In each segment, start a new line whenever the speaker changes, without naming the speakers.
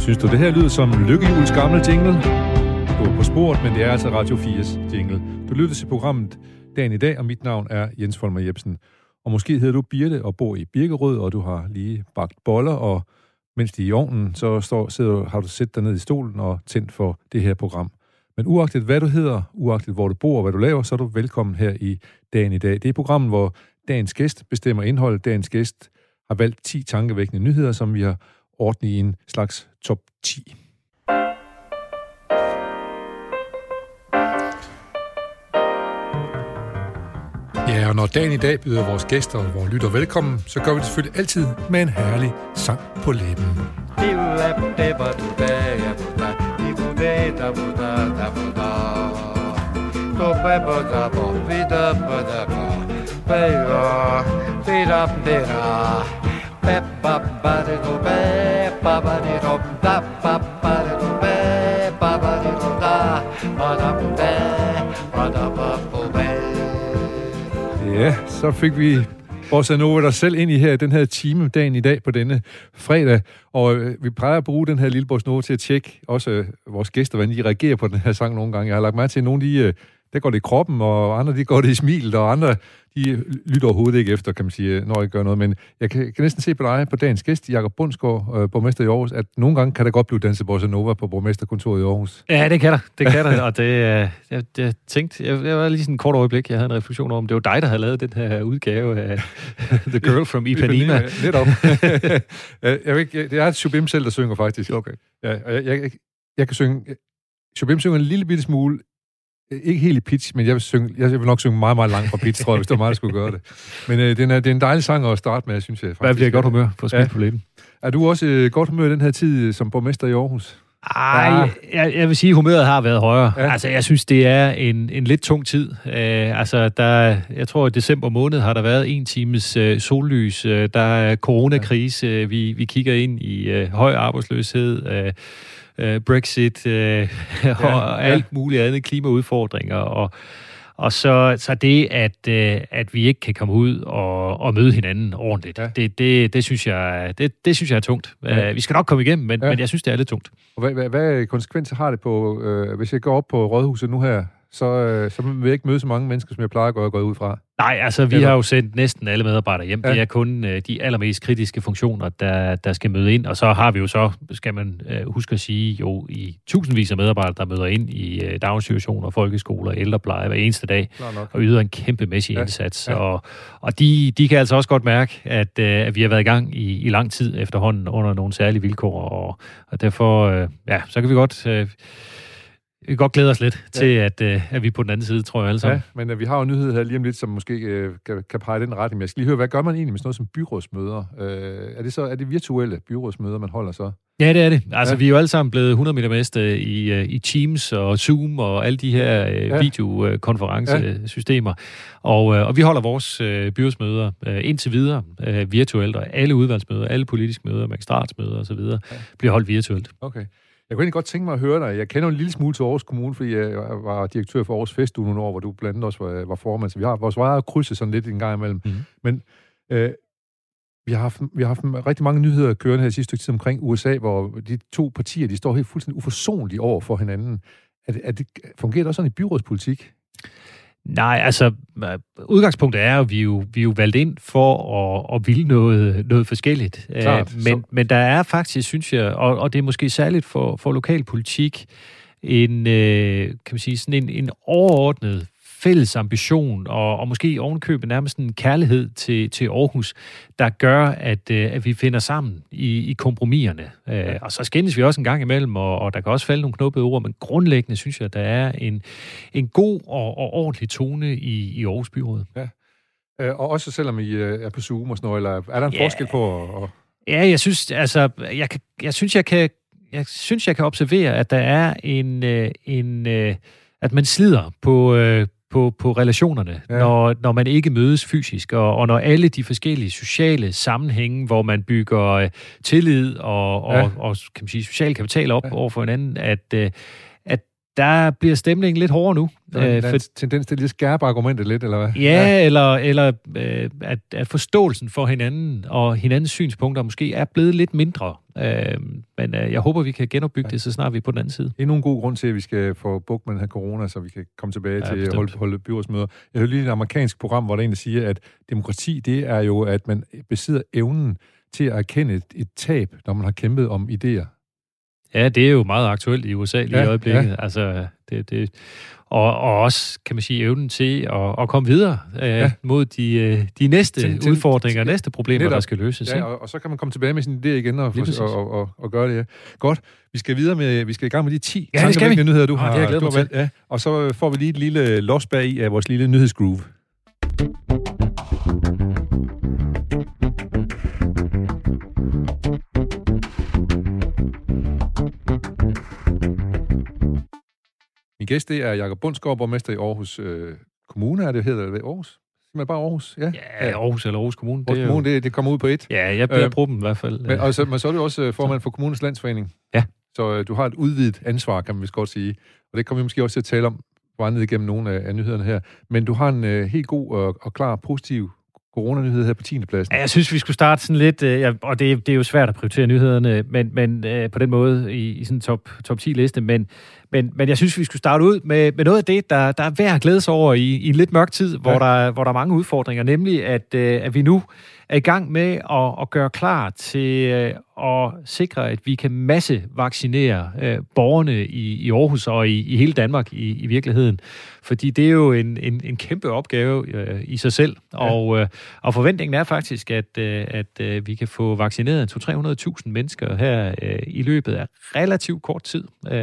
Synes du, det her lyder som Lykkehjuls gamle jingle? Du er på sporet, men det er altså Radio 4's jingle. Du lytter til programmet Dagen i dag, og mit navn er Jens Folmer Jebsen. Og måske hedder du Birte og bor i Birkerød, og du har lige bagt boller, og mens de er i ovnen, så har du siddet dig ned i stolen og tændt for det her program. Men uagtet hvad du hedder, uagtet hvor du bor og hvad du laver, så er du velkommen her i Dagen i dag. Det er programmet, hvor dagens gæst bestemmer indholdet. Dagens gæst har valgt 10 tankevækkende nyheder, som vi har ordnet i en slags top 10. Ja, og når Dagen i dag byder vores gæster og vores lytter velkommen, så gør vi det selvfølgelig altid med en herlig sang på læben. Ja, så fik vi Bossa Nova der selv ind i her den her time, Dagen i dag på denne fredag. Og vi plejer at bruge den her lille Bossa Nova til at tjekke også vores gæster, hvordan de reagerer på den her sang nogle gange. Jeg har lagt mærke til, at nogle der går det i kroppen, og andre de går det i smilet, og andre de lytter overhovedet ikke efter, kan man sige, når jeg gør noget. Men jeg kan næsten se på dig, på dagens gæst, Jakob Bundsgaard, borgmester i Aarhus, at nogle gange kan der godt blive danset Bossa Nova på borgmesterkontoret i Aarhus.
Ja, det kan der. Og det, jeg tænkte, jeg var lige sådan en kort øjeblik, jeg havde en refleksion om, det var dig, der havde lavet den her udgave af The Girl from Ipanema.
Netop. Jeg ved ikke, det er Shubim selv, der synger faktisk.
Okay.
Ja, og jeg kan synge. Shubim synger en lille bitte smule. Ikke helt i pitch, men jeg vil nok synge meget, meget langt fra pitch, tror jeg, hvis det var mig, der skulle gøre det. Men det er en dejlig sang at starte med, synes jeg faktisk.
Hvad bliver godt humør for smidt på læben?
Er du også godt humør i den her tid som borgmester i Aarhus?
Ej, jeg vil sige, at humøret har været højere. Ja. Altså, jeg synes, det er en lidt tung tid. Jeg tror, at i december måned har der været 1 times sollys. Der er coronakrise. Vi kigger ind i høj arbejdsløshed. Brexit og alt muligt andet, klimaudfordringer, og så det, at vi ikke kan komme ud og møde hinanden ordentligt, det synes jeg er tungt. Ja. Vi skal nok komme igennem, men jeg synes, det er lidt tungt.
Og hvad konsekvenser har det på, hvis jeg går op på Rådhuset nu her, så vil jeg ikke møde så mange mennesker, som jeg plejer at gå ud fra?
Nej, altså vi har jo sendt næsten alle medarbejdere hjem. Ja. Det er kun de allermest kritiske funktioner, der skal møde ind. Og så har vi jo skal man huske at sige, jo i tusindvis af medarbejdere, der møder ind i daginstitutioner, folkeskoler, ældrepleje hver eneste dag, og yder en kæmpemæssig indsats. Ja. Og de kan altså også godt mærke, at vi har været i gang i lang tid efterhånden under nogle særlige vilkår. Og derfor, så kan vi godt... Vi kan godt glæde os lidt til, at vi er på den anden side, tror jeg alle sammen. Ja,
men vi har jo en nyhed her lige om lidt, som måske kan pege den retning. Jeg skal lige høre, hvad gør man egentlig med sådan noget som byrådsmøder? Er det virtuelle byrådsmøder, man holder så?
Ja, det er det. Altså, vi er jo alle sammen blevet 100 meter mester i Teams og Zoom og alle de her videokonferencesystemer. Og vi holder vores byrådsmøder indtil videre virtuelt, og alle udvalgsmøder, alle politiske møder, magistratsmøder osv. bliver holdt virtuelt.
Okay. Jeg kunne egentlig godt tænke mig at høre dig. Jeg kender en lille smule til Aarhus Kommune, fordi jeg var direktør for Aarhus Festuge nogle år, hvor du blandt andet også var formand. Så vi har vores veje krydset sådan lidt en gang imellem. Mm-hmm. Men vi har haft rigtig mange nyheder kørende her sidste stykke tid omkring USA, hvor de 2 partier, de står helt fuldstændig uforsonligt over for hinanden. Fungerer det også sådan i byrådspolitik?
Nej, altså udgangspunktet er, at vi er jo valgt ind for at ville noget forskelligt. Men der er faktisk, synes jeg, og det er måske særligt for lokalpolitik, kan man sige, sådan en overordnet fælles ambition, og måske ovenkøbet nærmest en kærlighed til Aarhus, der gør, at vi finder sammen i kompromiserne. Og så skændes vi også en gang imellem, og der kan også falde nogle knubbede ord, men grundlæggende synes jeg, at der er en god og ordentlig tone i Aarhus Byråd. Ja.
Og også selvom I er på Zoom og sådan noget, eller er der en forskel på...
Ja, jeg synes, altså, jeg kan observere, at der er at man slider på relationerne, når man ikke mødes fysisk, og når alle de forskellige sociale sammenhænge, hvor man bygger tillid og kan man sige, social kapital op over for hinanden, at der bliver stemningen lidt hårdere nu.
Der er en tendens til at skærpe argumentet lidt, eller hvad?
Ja, eller at forståelsen for hinanden og hinandens synspunkter måske er blevet lidt mindre. Men jeg håber, vi kan genopbygge det, så snart vi er på den anden side.
Endnu en god grund til, at vi skal få bugt med den her corona, så vi kan komme tilbage til at holde byrådsmøder. Jeg hørte lige et amerikansk program, hvor der en, der siger, at demokrati, det er jo, at man besidder evnen til at erkende et tab, når man har kæmpet om idéer.
Ja, det er jo meget aktuelt i USA lige i øjeblikket. Ja. Altså, og også, kan man sige, evnen til at komme videre mod de næste udfordringer, næste problemer, der skal løses.
Ja, og så kan man komme tilbage med sin idé igen og gøre det. Ja. Godt. Vi skal i gang med de 10 tankevækkende nyheder, du har valgt. Ja. Og så får vi lige et lille los bag i af vores lille nyhedsgroove. Min gæst, det er Jakob Bundsgaard, borgmester i Aarhus Kommune. Er det hedder det Aarhus? Simpelthen bare Aarhus? Ja,
Aarhus eller Aarhus Kommune.
Aarhus Kommune, det kommer ud på et.
Ja, jeg bliver brugt i hvert fald.
Men så er du også formand for Kommunens Landsforening.
Ja.
Så du har et udvidet ansvar, kan man vist godt sige. Og det kommer vi måske også til at tale om bare ned igennem nogle af nyhederne her. Men du har en helt god og klar, positiv coronanyhed her på 10. pladsen. Ja,
jeg synes, vi skulle starte sådan lidt, og det er jo svært at prioritere nyhederne, men på den måde i sådan en top 10 liste, men jeg synes, vi skulle starte ud med noget af det, der er værd at glæde sig over i en lidt mørk tid, hvor der er mange udfordringer, nemlig at vi nu er i gang med at gøre klar til at sikre, at vi kan massevaccinere borgerne i Aarhus og i hele Danmark i virkeligheden. Fordi det er jo en kæmpe opgave i sig selv. Ja. Og forventningen er faktisk, at vi kan få vaccineret 200-300.000 mennesker her i løbet af relativt kort tid.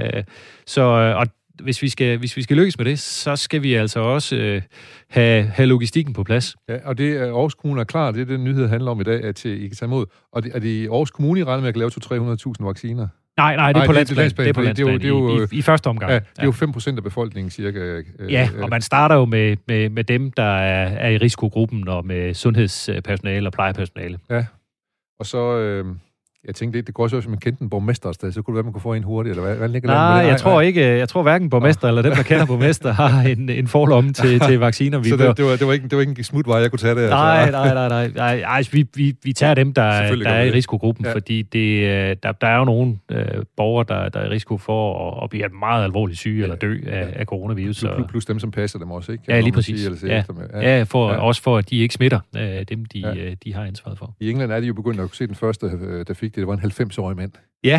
Og hvis vi skal lykkes med det, så skal vi altså også have logistikken på plads.
Ja, og det er Aarhus Kommune er klar. Det er den nyhed, handler om i dag, at I kan tage imod. Og er det Aarhus Kommune, I regner med at lave 200-300.000 vacciner?
Nej, det er på landsplan. Det er på landsplan i første omgang.
Ja, det er jo 5% af befolkningen cirka.
Ja, og man starter jo med dem, der er i risikogruppen, og med sundhedspersonale og plejepersonale.
Ja, og så... Jeg tænkte, det går også, hvis man kendte en borgmester et sted, så kunne det være, man kunne få en hurtigt, eller hvad ligger der?
Nej, jeg tror ikke. Jeg tror hverken borgmester eller dem, der kender borgmester, har en forlomme til vacciner.
Så det var ikke en smutvej, jeg kunne tage det?
Nej. Vi tager dem, der er i risikogruppen, fordi der er jo nogle borgere, der er i risiko for at blive meget alvorligt syge eller dø af coronavirus.
Plus dem, som passer dem også, ikke?
Ja, lige præcis. Også for, at de ikke smitter dem, de har ansvaret for.
I England er de jo begyndt at kunne se den første, der fik det var en 90-årig mand.
Ja,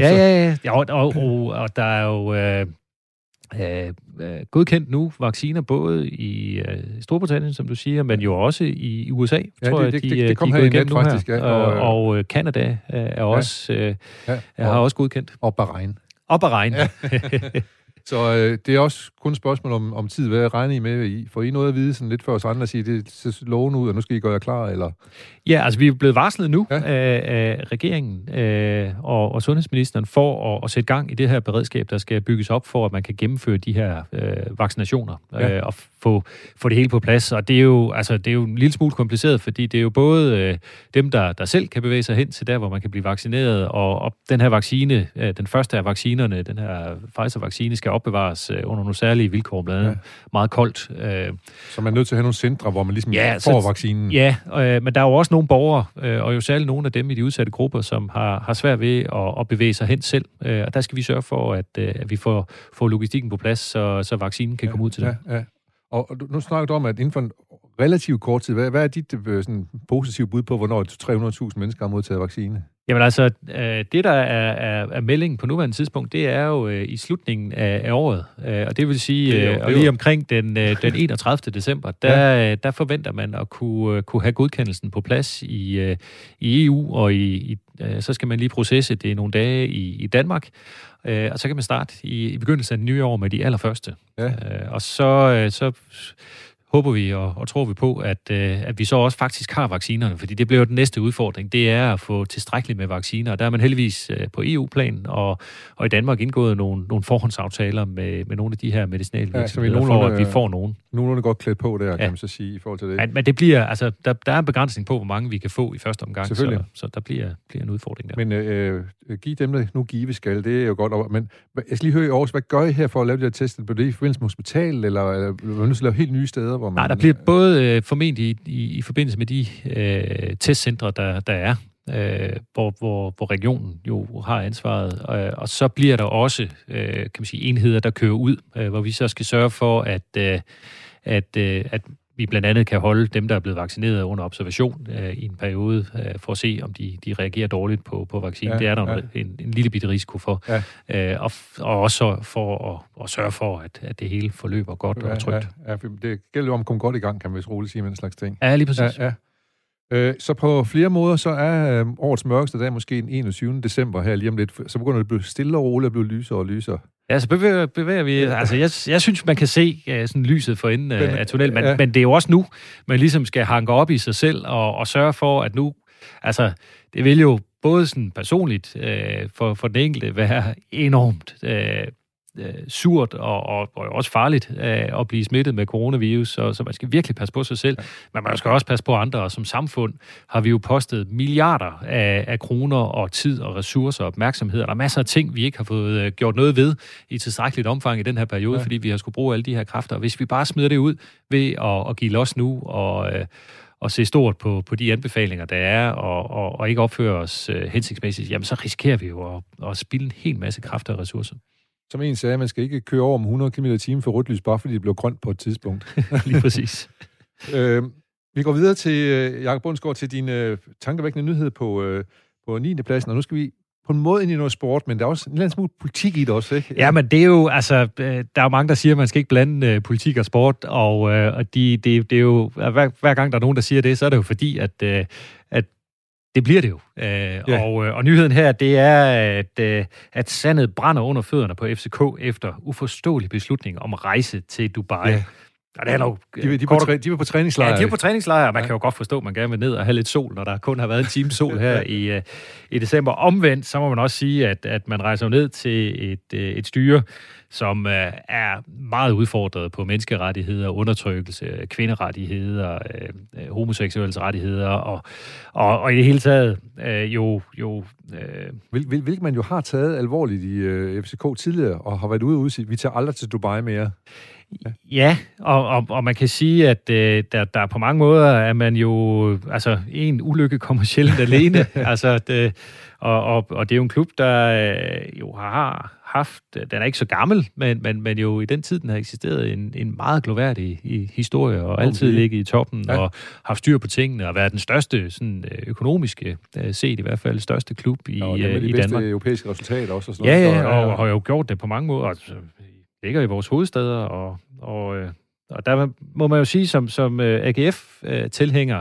og der er jo godkendt nu vacciner både i Storbritannien, som du siger, men jo også i USA, tror jeg,
det kom her i net faktisk. Ja,
og Canada er også, har også godkendt.
Og Bahrain.
Ja.
Så det er også kun et spørgsmål om tid. Hvad regner I med? Får I noget at vide sådan lidt før os andre og sige, det ser lovende ud, og nu skal I gøre jer klar? Eller?
Ja, altså vi er blevet varslet nu af regeringen og sundhedsministeren for at sætte gang i det her beredskab, der skal bygges op for, at man kan gennemføre de her vaccinationer og få det hele på plads. Og det er jo en lille smule kompliceret, fordi det er jo både dem, der selv kan bevæge sig hen til der, hvor man kan blive vaccineret, og den her vaccine, den første af vaccinerne, den her Pfizer-vaccine, skal opbevares under nogle særlige vilkår, blandt andet meget koldt.
Så man er nødt til at have nogle centre, hvor man ligesom får vaccinen?
Ja, men der er jo også nogle borgere, og jo særligt nogle af dem i de udsatte grupper, som har svært ved at bevæge sig hen selv. Og der skal vi sørge for, at vi får logistikken på plads, så vaccinen kan komme ud til dem.
Ja. Og nu snakker du om, at inden for en relativt kort tid, hvad er dit sådan, positive bud på, hvornår 300.000 mennesker har modtaget vaccine?
Jamen altså, det der er meldingen på nuværende tidspunkt, det er jo i slutningen af året. Og det vil sige, og lige omkring den 31. december, der forventer man at kunne have godkendelsen på plads i EU, og så skal man lige processe det nogle dage i Danmark. Og så kan man starte i begyndelsen af det nye år med de allerførste. Ja. Og så håber vi og tror vi på, at vi så også faktisk har vaccinerne, fordi det bliver jo den næste udfordring. Det er at få tilstrækkeligt med vacciner, og der er man heldigvis på EU-plan og i Danmark indgået nogle forhåndsaftaler med nogle af de her medicinalvirksomheder, for at vi får nogen.
nogenlunde godt klædt på der, kan man så sige, i forhold til det.
Men det bliver, altså, der er en begrænsning på, hvor mange vi kan få i første omgang, så der bliver en udfordring der.
Men giv dem, der nu give skal, det er jo godt. Men jeg skal lige høre i Aarhus, hvad gør I her for at lave de her test? Bliver det i forbindelse med hospital, eller vil man lave helt nye steder? Hvor man...
Nej, der bliver både formentlig i forbindelse med de testcentre, der er, hvor regionen jo har ansvaret, og så bliver der også, kan man sige, enheder, der kører ud, hvor vi så skal sørge for, at vi blandt andet kan holde dem, der er blevet vaccineret under observation i en periode, for at se, om de reagerer dårligt på vaccinen. Ja, det er der en lille bitte risiko for. Ja. Og også for at sørge for, at det hele forløber godt og trygt.
Ja, det gælder jo om at komme godt i gang, kan man vist roligt sige, med den slags ting.
Ja, lige præcis.
Ja. Så på flere måder, så er årets mørkeste dag måske den 21. december her lige om lidt. Så begynder det at blive stille og roligt og blive lysere og lysere.
Ja, så bevæger vi... Altså, jeg synes, man kan se sådan lyset for enden af tunnelen, men det er jo også nu, man ligesom skal hanke op i sig selv og sørge for, at nu... Altså, det vil jo både sådan personligt for den enkelte være enormt surt og også farligt at blive smittet med coronavirus, så man skal virkelig passe på sig selv, men man skal også passe på andre, og som samfund har vi jo postet milliarder af kroner og tid og ressourcer og opmærksomhed, og der er masser af ting, vi ikke har fået gjort noget ved i tilstrækkeligt omfang i den her periode, fordi vi har skulle bruge alle de her kræfter, og hvis vi bare smider det ud ved at give los nu og se stort på de anbefalinger, der er, og ikke opføre os hensigtsmæssigt, jamen så risikerer vi jo at spilde en hel masse kræfter og ressourcer.
Som en sagde, man skal ikke køre over om 100 km/t for rødt lys, bare fordi det blev grønt på et tidspunkt.
Lige præcis.
Vi går videre til, Jakob Bundsgaard, til din tankevækkende nyhed på 9. pladsen, og nu skal vi på en måde ind i noget sport, men der er også en eller anden smule politik i det også, ikke?
Ja, men det er jo, altså, der er jo mange, der siger, at man skal ikke blande politik og sport, og det er jo, hver gang der er nogen, der siger det, så er det jo fordi, at det bliver det jo. Og nyheden her, det er, at sandet brænder under fødderne på FCK efter uforståelig beslutning om at rejse til Dubai. Ja. Og det er nok,
de var på træningslejr.
Ja, de var på træningslejr, og man kan jo godt forstå, at man gerne vil ned og have lidt sol, når der kun har været en time sol her i december. Omvendt, så må man også sige, at man rejser ned til et styre, som er meget udfordret på menneskerettigheder, undertrykkelse, kvinderettigheder, homoseksuelles rettigheder, og i det hele taget
hvilket man jo har taget alvorligt i FCK tidligere, og har været ude og udsige, vi tager aldrig til Dubai mere.
Ja, og man kan sige, at der på mange måder er man jo, altså en ulykke kommer sjældent alene, altså og det er jo en klub, der jo har haft, den er ikke så gammel, men jo i den tid, den har eksisteret en meget gloværdig historie, og altid ligget i toppen, og haft styr på tingene, og været den største sådan, økonomiske, set i hvert fald, største klub i Danmark. Og de bedste
europæiske resultater også. Og sådan noget.
Og har jo gjort det på mange måder, altså, ligger i vores hovedsteder, og der må man jo sige, som AGF-tilhænger,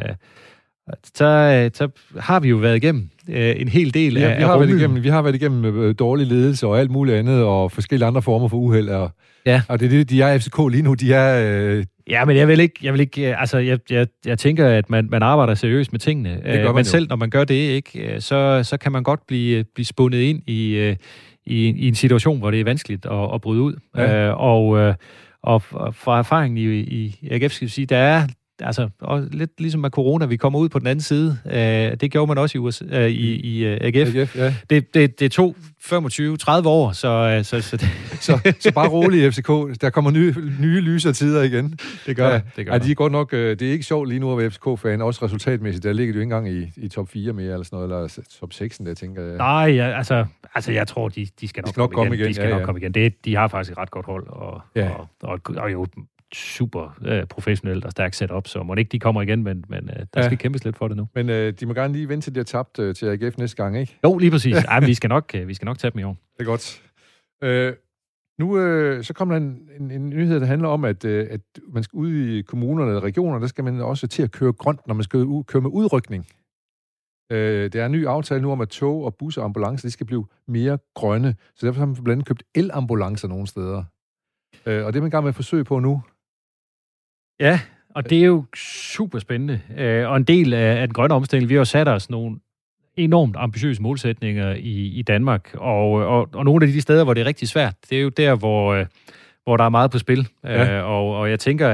så har vi jo været igennem en hel del af
vi har været igennem dårlig ledelse og alt muligt andet, og forskellige andre former for uheld. Og det er det, de er FCK lige nu, de er...
Ja, men jeg vil ikke altså, jeg tænker, at man arbejder seriøst med tingene, men selv når man gør det, ikke, så kan man godt blive spundet ind i en situation, hvor det er vanskeligt at bryde ud. Ja. Og fra erfaringen i AGF, skal vi sige, der er altså og lidt ligesom med corona, vi kommer ud på den anden side. Det gjorde man også i USA, i AGF. Ja. Det tog 25-30 år,
så bare rolig FCK. Der kommer nye lysere tider igen.
Det gør det.
De er godt nok, det er ikke sjovt lige nu at være FCK-fan, også resultatmæssigt. Der ligger de jo ikke engang i top 4 mere, eller sådan noget, eller top 6, der tænker jeg.
Nej, altså jeg tror, de skal nok komme igen. De skal nok komme igen. De har faktisk et ret godt hold, og jo super professionelt og stærkt setup, så må ikke de kommer igen, men der skal kæmpes lidt for det nu.
Men de må gerne lige vente til de har tabt til AGF næste gang, ikke?
Jo, lige præcis. Ej, vi skal nok tage dem i år.
Det er godt. Nu så kommer der en nyhed, der handler om, at man skal ud i kommunerne eller regionerne, der skal man også til at køre grønt, når man skal køre med udrykning. Der er en ny aftale nu om, at tog og busser og ambulancer, de skal blive mere grønne. Så derfor har man blandt andet købt elambulancer nogle steder. Og det er man i gang med at forsøge på nu.
Ja, og det er jo super spændende. Og en del af den grønne omstilling, vi har jo sat os nogle enormt ambitiøse målsætninger i Danmark. Og nogle af de steder, hvor det er rigtig svært, det er jo der, hvor hvor der er meget på spil. Og jeg tænker,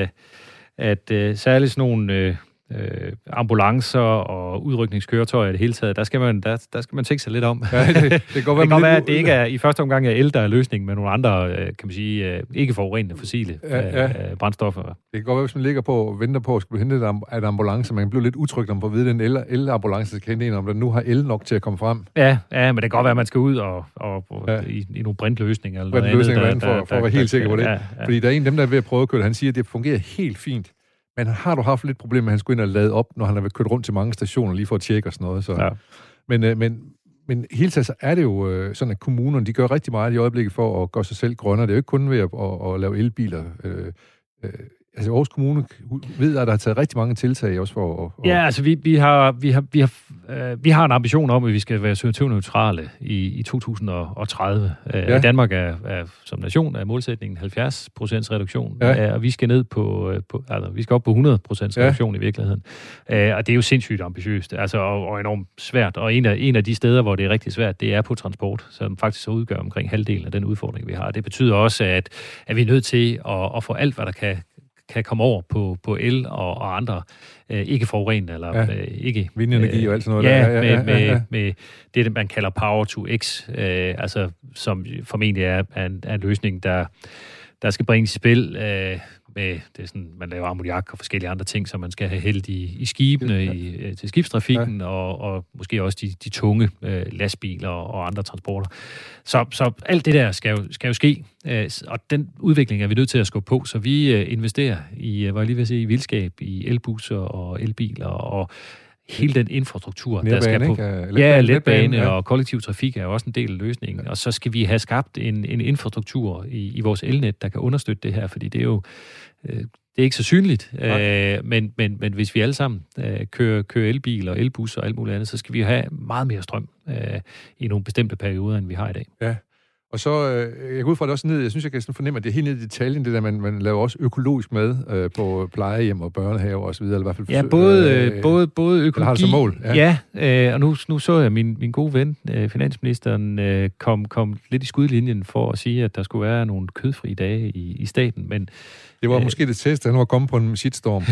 at særligt sådan nogle ambulancer og udrykningskøretøjer i det hele taget, der skal man tænke sig lidt om. Ja, det kan godt være, at det ikke er i første omgang er el, der er løsningen, med nogle andre, kan man sige, ikke forurenende fossile brændstoffer. Det
kan godt være, hvis man ligger på og venter på at skulle hente et ambulance, man bliver lidt utrygt om på at vide, den el-ambulance skal hente en, om der nu har el nok til at komme frem.
Ja, men det kan godt være, at man skal ud og i nogle brintløsninger eller noget andet.
For at være helt sikker på det. Fordi der er en af dem, der er ved at prøve at køre, han siger, at det fungerer helt fint. Men har du haft lidt problem med, at han skulle ind og lade op, når han har kørt rundt til mange stationer, lige for at tjekke og sådan noget. Så. Ja. Men hele tiden så er det jo sådan, at kommunerne, de gør rigtig meget i øjeblikket for at gøre sig selv grønnere. Det er jo ikke kun ved at lave elbiler. Altså Aarhus Kommune ved, at der har taget rigtig mange tiltag også for at...
Ja, altså vi har en ambition om, at vi skal være CO2-neutrale i 2030. Ja. Danmark er som nation er målsætningen 70% reduktion, og vi skal ned vi skal op på 100% reduktion i virkeligheden. Og det er jo sindssygt ambitiøst, altså og enormt svært. Og en af de steder, hvor det er rigtig svært, det er på transport, som faktisk udgør omkring halvdelen af den udfordring, vi har. Det betyder også, at vi er nødt til at få alt, hvad der kan komme over på el og andre ikke forurenende eller ikke
vindenergi og alt sådan
noget. Med det, man kalder power to x, altså som formentlig er en løsning, der skal bringes i spil med det er sådan, man laver ammoniak og forskellige andre ting, som man skal have hældt i skibene til skibstrafikken og måske også de tunge lastbiler og andre transporter. Så alt det der skal jo ske, og den udvikling er vi nødt til at skubbe på, så vi investerer i vildskab, i elbusser og elbiler og hele den infrastruktur, der skal på. Letbane og kollektiv trafik er jo også en del af løsningen. Og så skal vi have skabt en infrastruktur i vores elnet, der kan understøtte det her, fordi det er jo det er ikke så synligt. Men hvis vi alle sammen kører elbiler og elbusser og alt muligt andet, så skal vi have meget mere strøm i nogle bestemte perioder, end vi har i dag. Ja.
Og så, jeg går ud fra det også ned, jeg synes, jeg kan sådan fornemme, at det er helt ned i detaljen, det der, man laver også økologisk mad på plejehjem og børnehaver og så videre, eller i hvert
fald... både økologi... Eller
har det som mål?
Ja, og nu så jeg min gode ven, finansministeren, kom lidt i skudlinjen for at sige, at der skulle være nogle kødfrie dage i staten, men...
Det var måske det test, han var kommet på en shitstorm.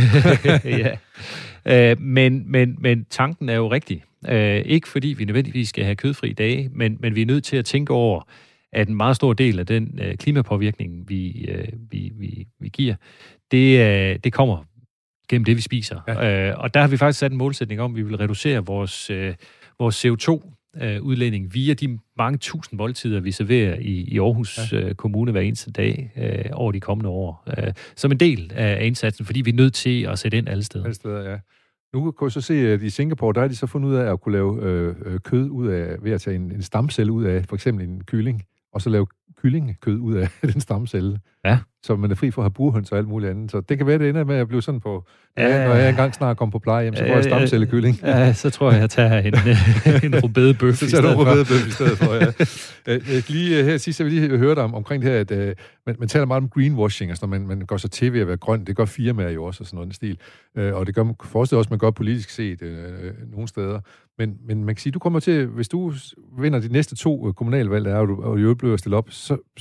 Men tanken er jo rigtig. Ikke fordi vi nødvendigvis skal have kødfri dage, men vi er nødt til at tænke over, at en meget stor del af den klimapåvirkning, vi giver, det kommer gennem det, vi spiser. Ja. Og der har vi faktisk sat en målsætning om, at vi vil reducere vores CO2-udledning via de mange tusind måltider, vi serverer i Aarhus Kommune hver eneste dag over de kommende år. Som en del af indsatsen, fordi vi er nødt til at sætte ind alle steder.
Alle steder, ja. Nu kan jeg så se, at i Singapore, der har de så fundet ud af at kunne lave kød ud af, ved at tage en stamcelle ud af, for eksempel en kylling, og så lave kyllingekød ud af den stamcelle. Ja. Så man er fri for at have burhøns og alt muligt andet. Så det kan være, det ender med at blive sådan på... når jeg engang snart kommer på plejehjem, så får jeg stamcellekylling.
Ja, så tror jeg tager en rødbedebøf
i stedet for. Så tager du rødbedebøf i stedet for, ja. Lige her sidst, jeg vil lige høre dig omkring det her, at man taler meget om greenwashing, altså når man går så til ved at være grøn. Det gør firmaer jo også, og sådan noget stil. Og det gør man forestiller også, man gør politisk set nogle steder. Men man kan sige, du kommer til, hvis du vinder de næste 2 kommunalvalg, og du bliver stillet op,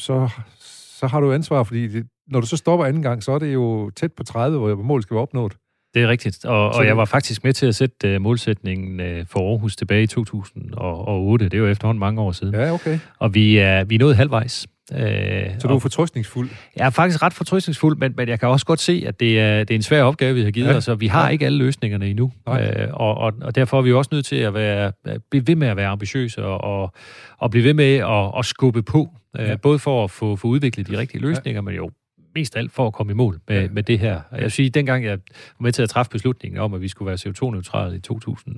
så har du ansvar, fordi når du så stopper anden gang, så er det jo tæt på 30, hvor målet skal være opnået.
Det er rigtigt, og jeg var faktisk med til at sætte målsætningen for Aarhus tilbage i 2008. Det er jo efterhånden mange år siden.
Ja, okay.
Og vi er nået halvvejs.
Så du er fortrøstningsfuld?
Jeg er faktisk ret fortrøstningsfuld, men jeg kan også godt se, at det er en svær opgave, vi har givet os, og vi har ikke alle løsningerne endnu. Og derfor er vi også nødt til at blive ved med at være ambitiøse og blive ved med at skubbe på, både for at få udviklet de rigtige løsninger, men jo mest alt for at komme i mål med det her. Jeg vil sige, dengang jeg var med til at træffe beslutningen om, at vi skulle være CO2-neutrale i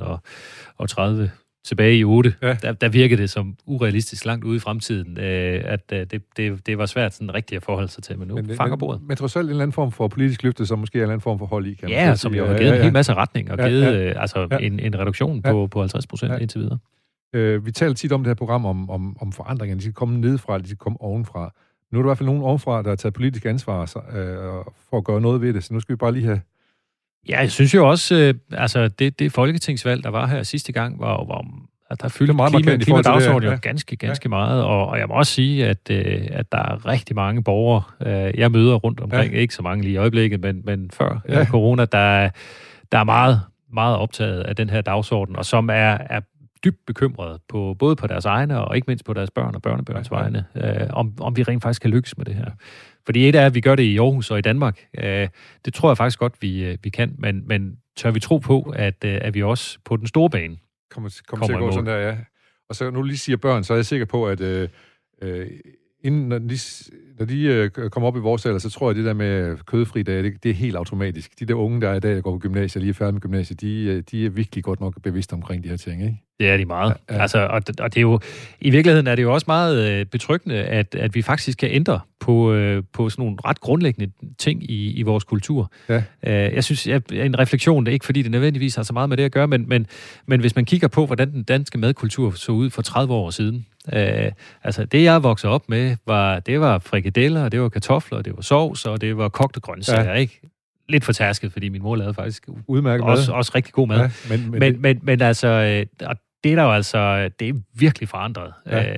2030, tilbage i 8, der virkede det som urealistisk langt ude i fremtiden, at det var svært sådan rigtigt at forholde sig til, men nu fanger bordet.
Men trods alt en eller anden form for politisk løfte, som måske er en eller anden form for hold i, kan man
sige. Som jo har givet en hel masse retning, og givet en reduktion på 50% indtil videre.
Vi taler tit om det her program, om forandringer. De skal komme nedefra, de skal komme ovenfra. Nu er der i hvert fald nogen ovenfra, der har taget politisk ansvar for at gøre noget ved det, så nu skal vi bare lige have...
Ja, jeg synes jo også, det folketingsvalg, der var her sidste gang, var der fylder klimadagsordenen jo ganske meget, og jeg må også sige, at der er rigtig mange borgere, jeg møder rundt omkring, ikke så mange lige i øjeblikket, men før corona, der er meget, meget optaget af den her dagsorden, og som er dybt bekymrede både på deres egne, og ikke mindst på deres børn og børnebørns vegne, om vi rent faktisk kan lykkes med det her. Fordi et er, at vi gør det i Aarhus og i Danmark. Det tror jeg faktisk godt, vi kan, men tør vi tro på, at vi også på den store bane
kommer til at gå sådan der, ja. Og så nu lige siger børn, så er jeg sikker på, at inden, når de kommer op i vores alder, så tror jeg, at det der med kødfri dage, det er helt automatisk. De der unge, der er i dag, der går på gymnasiet, lige er færdige med gymnasiet, de er virkelig godt nok bevidste omkring de her ting, ikke?
Det er de meget. Ja. Altså, og det er jo, i virkeligheden er det jo også meget betryggende, at vi faktisk kan ændre på sådan nogle ret grundlæggende ting i vores kultur. Ja. Jeg synes, en refleksion, det er ikke fordi, det nødvendigvis har så meget med det at gøre, men hvis man kigger på, hvordan den danske madkultur så ud for 30 år siden. Altså, det jeg voksede op med, det var frikadeller, det var kartofler, det var sovs, og det var kogte grøntsager, ikke? Lidt fortærsket, fordi min mor lavede faktisk
udmærket
også rigtig god mad. Ja, men altså, det er der jo altså, det er virkelig forandret.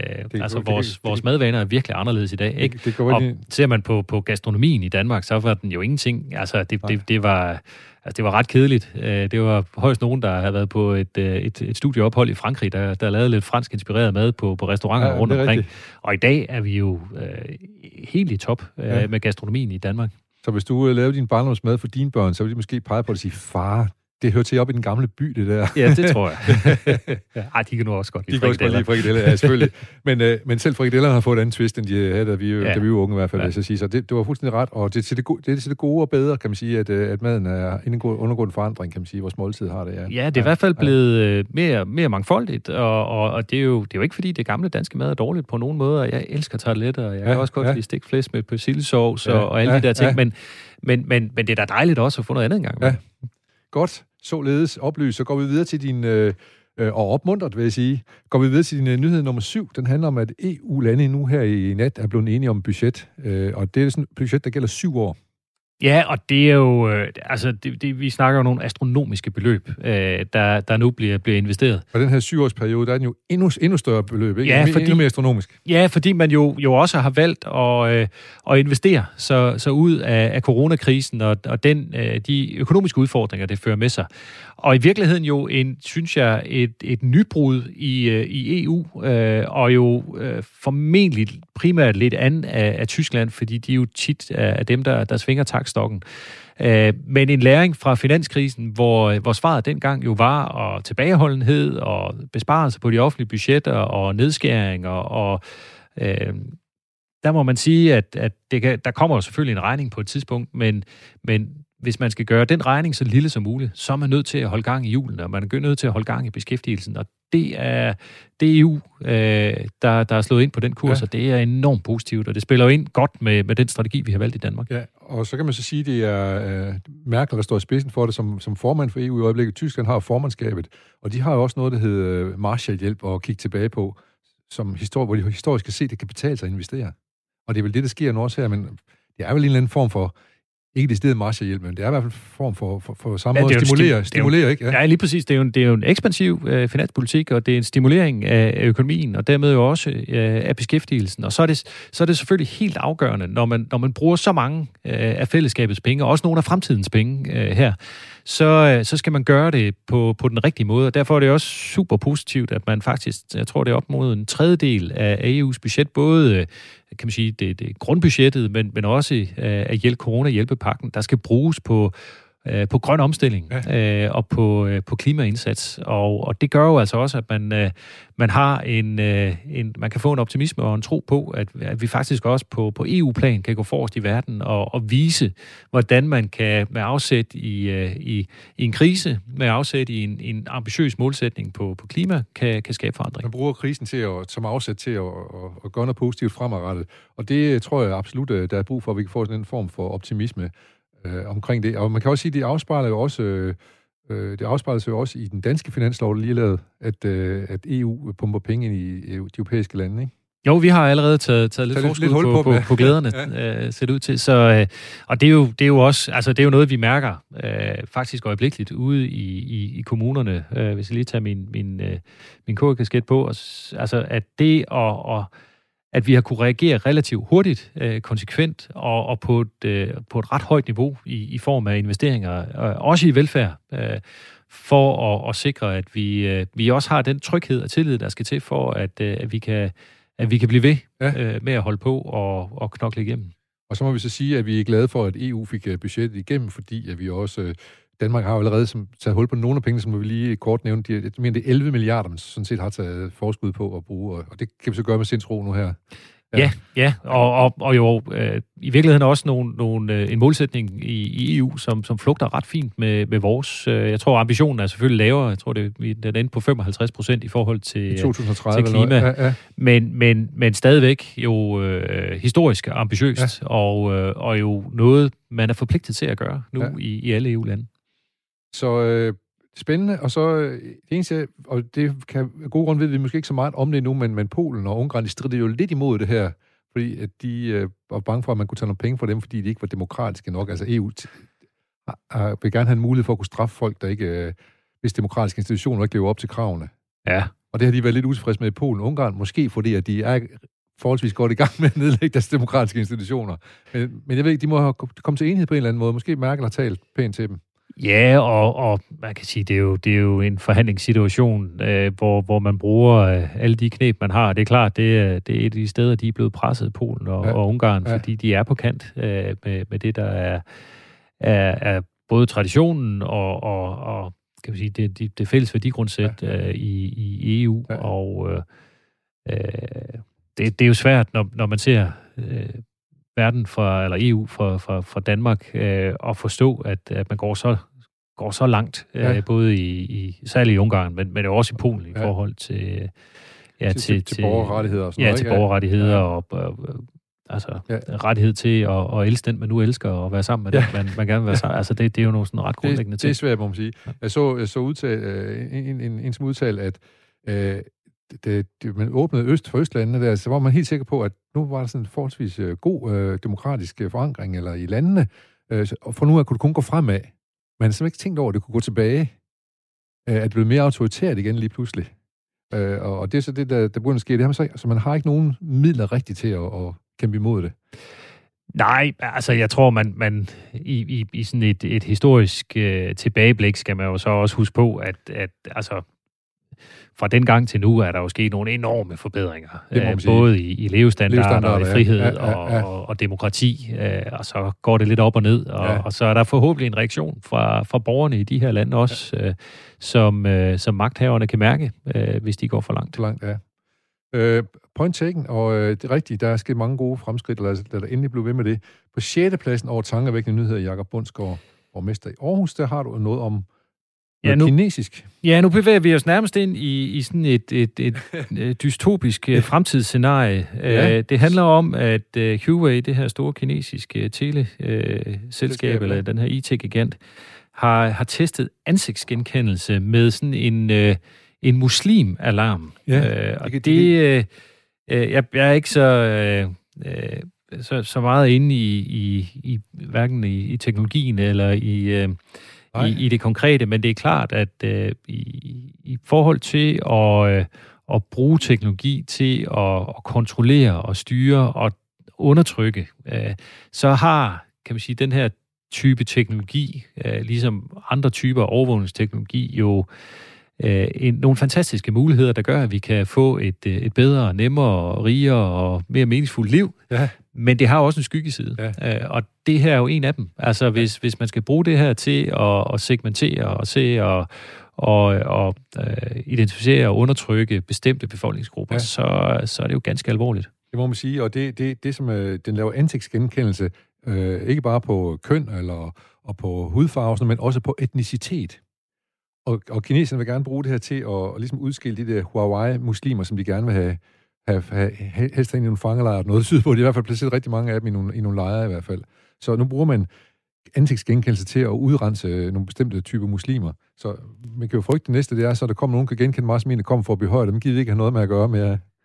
Vores madvaner er virkelig anderledes i dag, ikke? Og ser man på gastronomien i Danmark, så var den jo ingenting. Altså, det var ret kedeligt. Det var højst nogen, der havde været på et studieophold i Frankrig, der lavede lidt fransk inspireret mad på restauranter rundt omkring. Rigtigt. Og i dag er vi jo helt i top med gastronomien i Danmark.
Så hvis du lavede din barndomsmad for dine børn, så ville de måske pege på at sige, far, det hører til op i den gamle by, det der.
Ja, det tror jeg. Ej, de kan nu også godt lide frikadeller.
De kan også godt lide frikadeller, ja, selvfølgelig. Men selv frikadellerne har fået et andet twist, end de havde, da vi var unge i hvert fald, vil jeg sige. Så det var fuldstændig ret, og det er til det gode og bedre, kan man sige, at maden er undergående forandring, kan man sige, vores måltid har det.
Ja, det er i hvert fald blevet mere mangfoldigt, og det er jo ikke, fordi det gamle danske mad er dårligt på nogen måder. Jeg elsker tarteletter, og jeg kan også godt lide stegt flæsk med persillesovs og alle de der ting, men det er da dejligt også at få noget andet engang.
Ja. Godt. Således oplyst, så går vi videre til din, og opmuntret vil jeg sige, går vi videre til din nyhed nummer 7. Den handler om, at EU-lande nu her i nat er blevet enige om budget, og det er sådan et budget, der gælder 7 år.
Ja, og det er jo, vi snakker jo nogle astronomiske beløb, der nu bliver investeret.
Og den her 7-årsperiode, der er den jo endnu større beløb, ikke? Ja, endnu mere astronomisk.
Ja, fordi man jo også har valgt at investere så ud af coronakrisen og de økonomiske udfordringer, det fører med sig. Og i virkeligheden jo synes jeg, et nybrud i EU, og jo formentlig primært lidt an af Tyskland, fordi de jo tit er dem, der svinger taktstokken. Men en læring fra finanskrisen, hvor svaret dengang jo var tilbageholdenhed og besparelser på de offentlige budgetter og nedskæringer, og der må man sige, at der kommer jo selvfølgelig en regning på et tidspunkt, men hvis man skal gøre den regning så lille som muligt, så er man nødt til at holde gang i hjulene, og man er nødt til at holde gang i beskæftigelsen, og det er EU, der er slået ind på den kurs, og det er enormt positivt, og det spiller jo ind godt med den strategi, vi har valgt i Danmark. Ja,
og så kan man så sige, at det er Merkel, der står i spidsen for det som formand for EU i øjeblikket. Tyskland har formandskabet, og de har jo også noget, der hedder Marshallhjælp at kigge tilbage på, hvor de historisk kan se, at det kan betale sig at investere. Og det er vel det, der sker nu også her, men det er vel en eller anden form for ikke det stedet Marshallhjælp, men det er i hvert fald form for samme måde at stimulere, ikke?
Ja, lige præcis. Det er jo en ekspansiv finanspolitik, og det er en stimulering af økonomien, og dermed jo også af beskæftigelsen. Og så er det selvfølgelig helt afgørende, når man bruger så mange af fællesskabets penge, og også nogle af fremtidens penge her, så skal man gøre det på den rigtige måde, og derfor er det også super positivt, at man faktisk, jeg tror, det er op mod en tredjedel af EU's budget, både kan man sige, det grundbudgettet, men også af corona-hjælpepakken, der skal bruges på grøn omstilling og på klimaindsats. Og det gør jo altså også, at man har man kan få en optimisme og en tro på, at vi faktisk også på EU-plan kan gå forrest i verden og vise, hvordan man kan med afsæt i en krise, med afsæt i en ambitiøs målsætning på klima, kan skabe forandring.
Man bruger krisen som afsæt til at gøre noget positivt fremadrettet. Og det tror jeg absolut, der er brug for, at vi kan få sådan en form for optimisme omkring det. Og man kan også sige, at det afspejler sig jo også i den danske finanslov, der lige lavet, at EU pumper penge ind i de europæiske lande, ikke?
Jo, vi har allerede taget lidt forskud på glæderne, ser det ud til. Så, og det er jo også, altså det er jo noget, vi mærker faktisk øjeblikkeligt ude i kommunerne. Hvis jeg lige tager min kogerkasket på, altså at det at vi har kunne reagere relativt hurtigt, konsekvent og på et ret højt niveau i form af investeringer, også i velfærd, for at sikre, at vi også har den tryghed og tillid, der skal til for, at vi kan blive ved med at holde på og knokle igennem.
Og så må vi så sige, at vi er glade for, at EU fik budgettet igennem, fordi at vi også... Danmark har jo allerede taget hul på nogle af pengene, som vi lige kort nævne. Jeg mener, det er 11 milliarder, man sådan set har taget forskud på at bruge, og det kan vi så gøre med sindsro nu her.
Ja, og jo i virkeligheden også en målsætning i EU, som flugter ret fint med vores. Jeg tror, ambitionen er selvfølgelig lavere. Jeg tror, den endte på 55% i forhold til
2030
til klima.
Ja.
Men stadigvæk jo historisk ambitiøst, og jo noget, man er forpligtet til at gøre nu i alle EU-lande.
Så spændende, og så det eneste, og det kan god grund ved vi måske ikke så meget om det nu, men Polen og Ungarn, de strider jo lidt imod det her, fordi at de var bange for, at man kunne tage nogle penge fra dem, fordi de ikke var demokratiske nok. Altså EU vil gerne have en mulighed for at kunne straffe folk, der ikke, hvis demokratiske institutioner ikke lever op til kravene.
Ja.
Og det har de været lidt utilfredse med i Polen og Ungarn, måske fordi, at de er forholdsvis godt i gang med at nedlægge deres demokratiske institutioner. Men jeg ved ikke, de må have kommet til enighed på en eller anden måde. Måske Merkel har talt pænt til dem.
Ja, og man kan sige, det er jo en forhandlingssituation, hvor man bruger alle de kneb, man har. Det er klart, det er et af de steder, de er blevet presset, Polen og Ungarn, fordi de er på kant med det, der er både traditionen og kan vi sige, det fælles værdigrundsæt i EU. Ja. Og det er jo svært, når man ser verden eller EU fra Danmark at forstå, at man går så langt, både særligt i Ungarn, men jo også i Polen i forhold til
borgerrettigheder og sådan noget.
Til borgerrettigheder og rettighed til at elske den, man nu elsker, og være sammen med den, man gerne vil være sammen. Altså det er jo nogle sådan ret grundlæggende ting.
Det er svært, må man sige. Jeg så en som udtale, at man åbnede øst for østlandene der, så var man helt sikker på, at nu var der sådan en forholdsvis god demokratisk forankring eller i landene, og for nu af kunne det kun gå fremad. Man har simpelthen ikke tænkt over, at det kunne gå tilbage, at det blev mere autoritært igen lige pludselig. Og det er så det, der burde ske. Det har man har ikke nogen midler rigtigt til at kæmpe imod det.
Nej, altså jeg tror, man i sådan et historisk tilbageblik skal man jo så også huske på, at altså fra den gang til nu er der jo sket nogle enorme forbedringer, både i levestandarder og i frihed og demokrati, og så går det lidt op og ned, og så er der forhåbentlig en reaktion fra borgerne i de her lande også, som magthaverne kan mærke, hvis de går for langt.
For langt, ja. Point taken, og det er rigtigt, der er sket mange gode fremskridt, der endelig blev ved med det. På 6. pladsen over tankevækkende nyheder, Jakob Bundsgaard, borgmester i Aarhus, der har du noget om kinesisk.
Ja, nu bevæger vi os nærmest ind i sådan et dystopisk fremtidsscenarie. Det handler om, at Huawei, det her store kinesiske teleselskab, eller den her IT-gigant, har testet ansigtsgenkendelse med sådan en muslim-alarm. Ja, og jeg er ikke så meget inde i hverken i teknologien eller i det konkrete, men det er klart, at i forhold til at bruge teknologi til at kontrollere og styre og undertrykke, så har, kan man sige, den her type teknologi, ligesom andre typer overvågningsteknologi, jo nogle fantastiske muligheder, der gør, at vi kan få et bedre, nemmere, rigere og mere meningsfuldt liv. Ja. Men det har også en skyggeside. Ja. Og det her er jo en af dem. Altså, hvis man skal bruge det her til at segmentere og se og identificere og undertrykke bestemte befolkningsgrupper, så er det jo ganske alvorligt. Det
må man sige, og det som den laver ansigtsgenkendelse, ikke bare på køn og på hudfarve, men også på etnicitet. Og kineserne vil gerne bruge det her til at ligesom udskille de der Huawei-muslimer, som de gerne vil have helst ind i nogle fangelejre og noget sydpå. De har i hvert fald placeret rigtig mange af dem i nogle lejre i hvert fald. Så nu bruger man ansigtsgenkendelse til at udrense nogle bestemte typer muslimer. Så man kan jo frygte det næste, det er, så der kommer nogen, der kan genkende mig, som en, der kommer for at blive højt. Dem gider ikke have noget med at gøre med.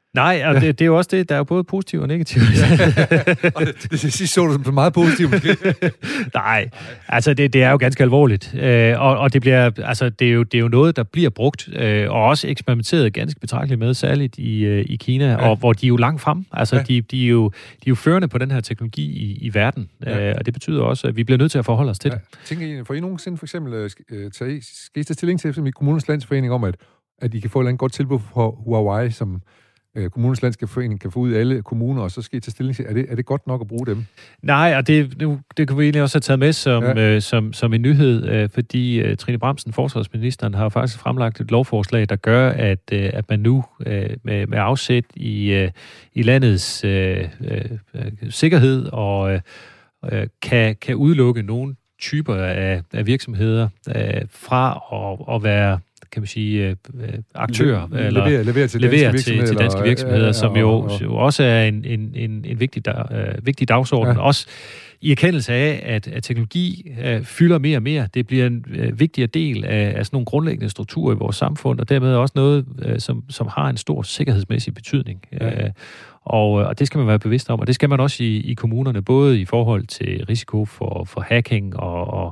Nej, og det er jo også det, der er jo både positivt og negativt.
Og det sidste så du som meget positivt, måske.
Nej, altså det er jo ganske alvorligt. Og det bliver, altså det er jo noget, der bliver brugt, og også eksperimenteret ganske betragteligt med, særligt i Kina, og hvor de er jo langt frem. Altså de er jo førende på den her teknologi i verden, og det betyder også, at vi bliver nødt til at forholde os til det.
Tænker I, får I nogensinde for eksempel skal I tage stilling til i Kommunernes Landsforening om, at I kan få et eller andet godt tilbud fra Huawei, som Kommunernes Landsforening kan få ud af alle kommuner, og så skal I tage stilling til, er det godt nok at bruge dem?
Nej, og det kan vi egentlig også have taget med som en nyhed, fordi Trine Bramsen, forsvarsministeren, har faktisk fremlagt et lovforslag, der gør, at man nu med afsæt i landets sikkerhed og kan udelukke nogle typer af virksomheder fra at være, kan man sige, aktører, eller levere til danske virksomheder, som jo også er en vigtig dagsorden. Ja. Også i erkendelse af, at teknologi fylder mere og mere. Det bliver en vigtigere del af sådan nogle grundlæggende strukturer i vores samfund, og dermed også noget, som har en stor sikkerhedsmæssig betydning. Ja. Og det skal man være bevidst om, og det skal man også i kommunerne, både i forhold til risiko for hacking og